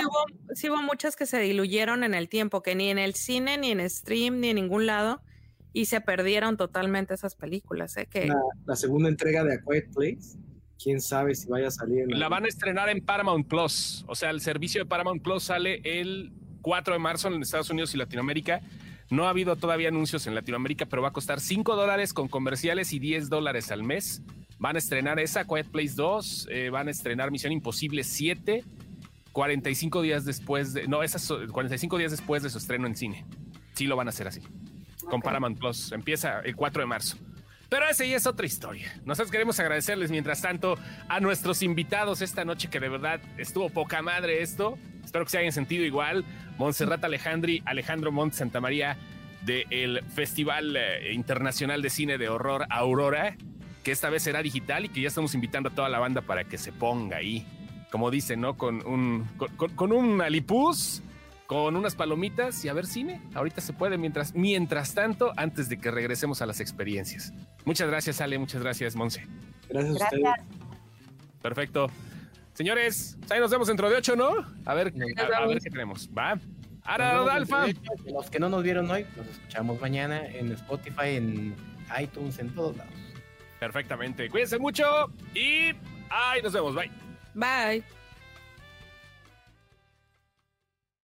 Sí hubo muchas que se diluyeron en el tiempo, que ni en el cine, ni en stream, ni en ningún lado, y se perdieron totalmente esas películas, que... La segunda entrega de A Quiet Place, quién sabe si vaya a salir. La van a estrenar en Paramount Plus, o sea, el servicio de Paramount Plus sale el 4 de marzo en Estados Unidos y Latinoamérica. No ha habido todavía anuncios en Latinoamérica, pero va a costar $5 con comerciales y $10 al mes. Van a estrenar esa, Quiet Place 2, van a estrenar Misión Imposible 7, 45 días después de... No, esas 45 días después de su estreno en cine. Sí lo van a hacer así, con Paramount Plus. Empieza el 4 de marzo. Pero esa ya es otra historia. Nosotros queremos agradecerles, mientras tanto, a nuestros invitados esta noche, que de verdad estuvo poca madre esto. Espero que se hayan sentido igual. Montserrat Alejandri, Alejandro Montt Santamaría, del Festival Internacional de Cine de Horror Aurora, que esta vez será digital y que ya estamos invitando a toda la banda para que se ponga ahí, como dicen, ¿no? Con un alipuz, con unas palomitas y a ver cine. Ahorita se puede, mientras tanto, antes de que regresemos a las experiencias. Muchas gracias, Ale, muchas gracias, Monse. Gracias a ustedes. Perfecto. Señores, ahí nos vemos dentro de 8, ¿no? A ver qué tenemos. Va. Ara Alfa. Los que no nos vieron hoy, nos escuchamos mañana en Spotify, en iTunes, en todos lados. Perfectamente. Cuídense mucho y ahí nos vemos. Bye. Bye.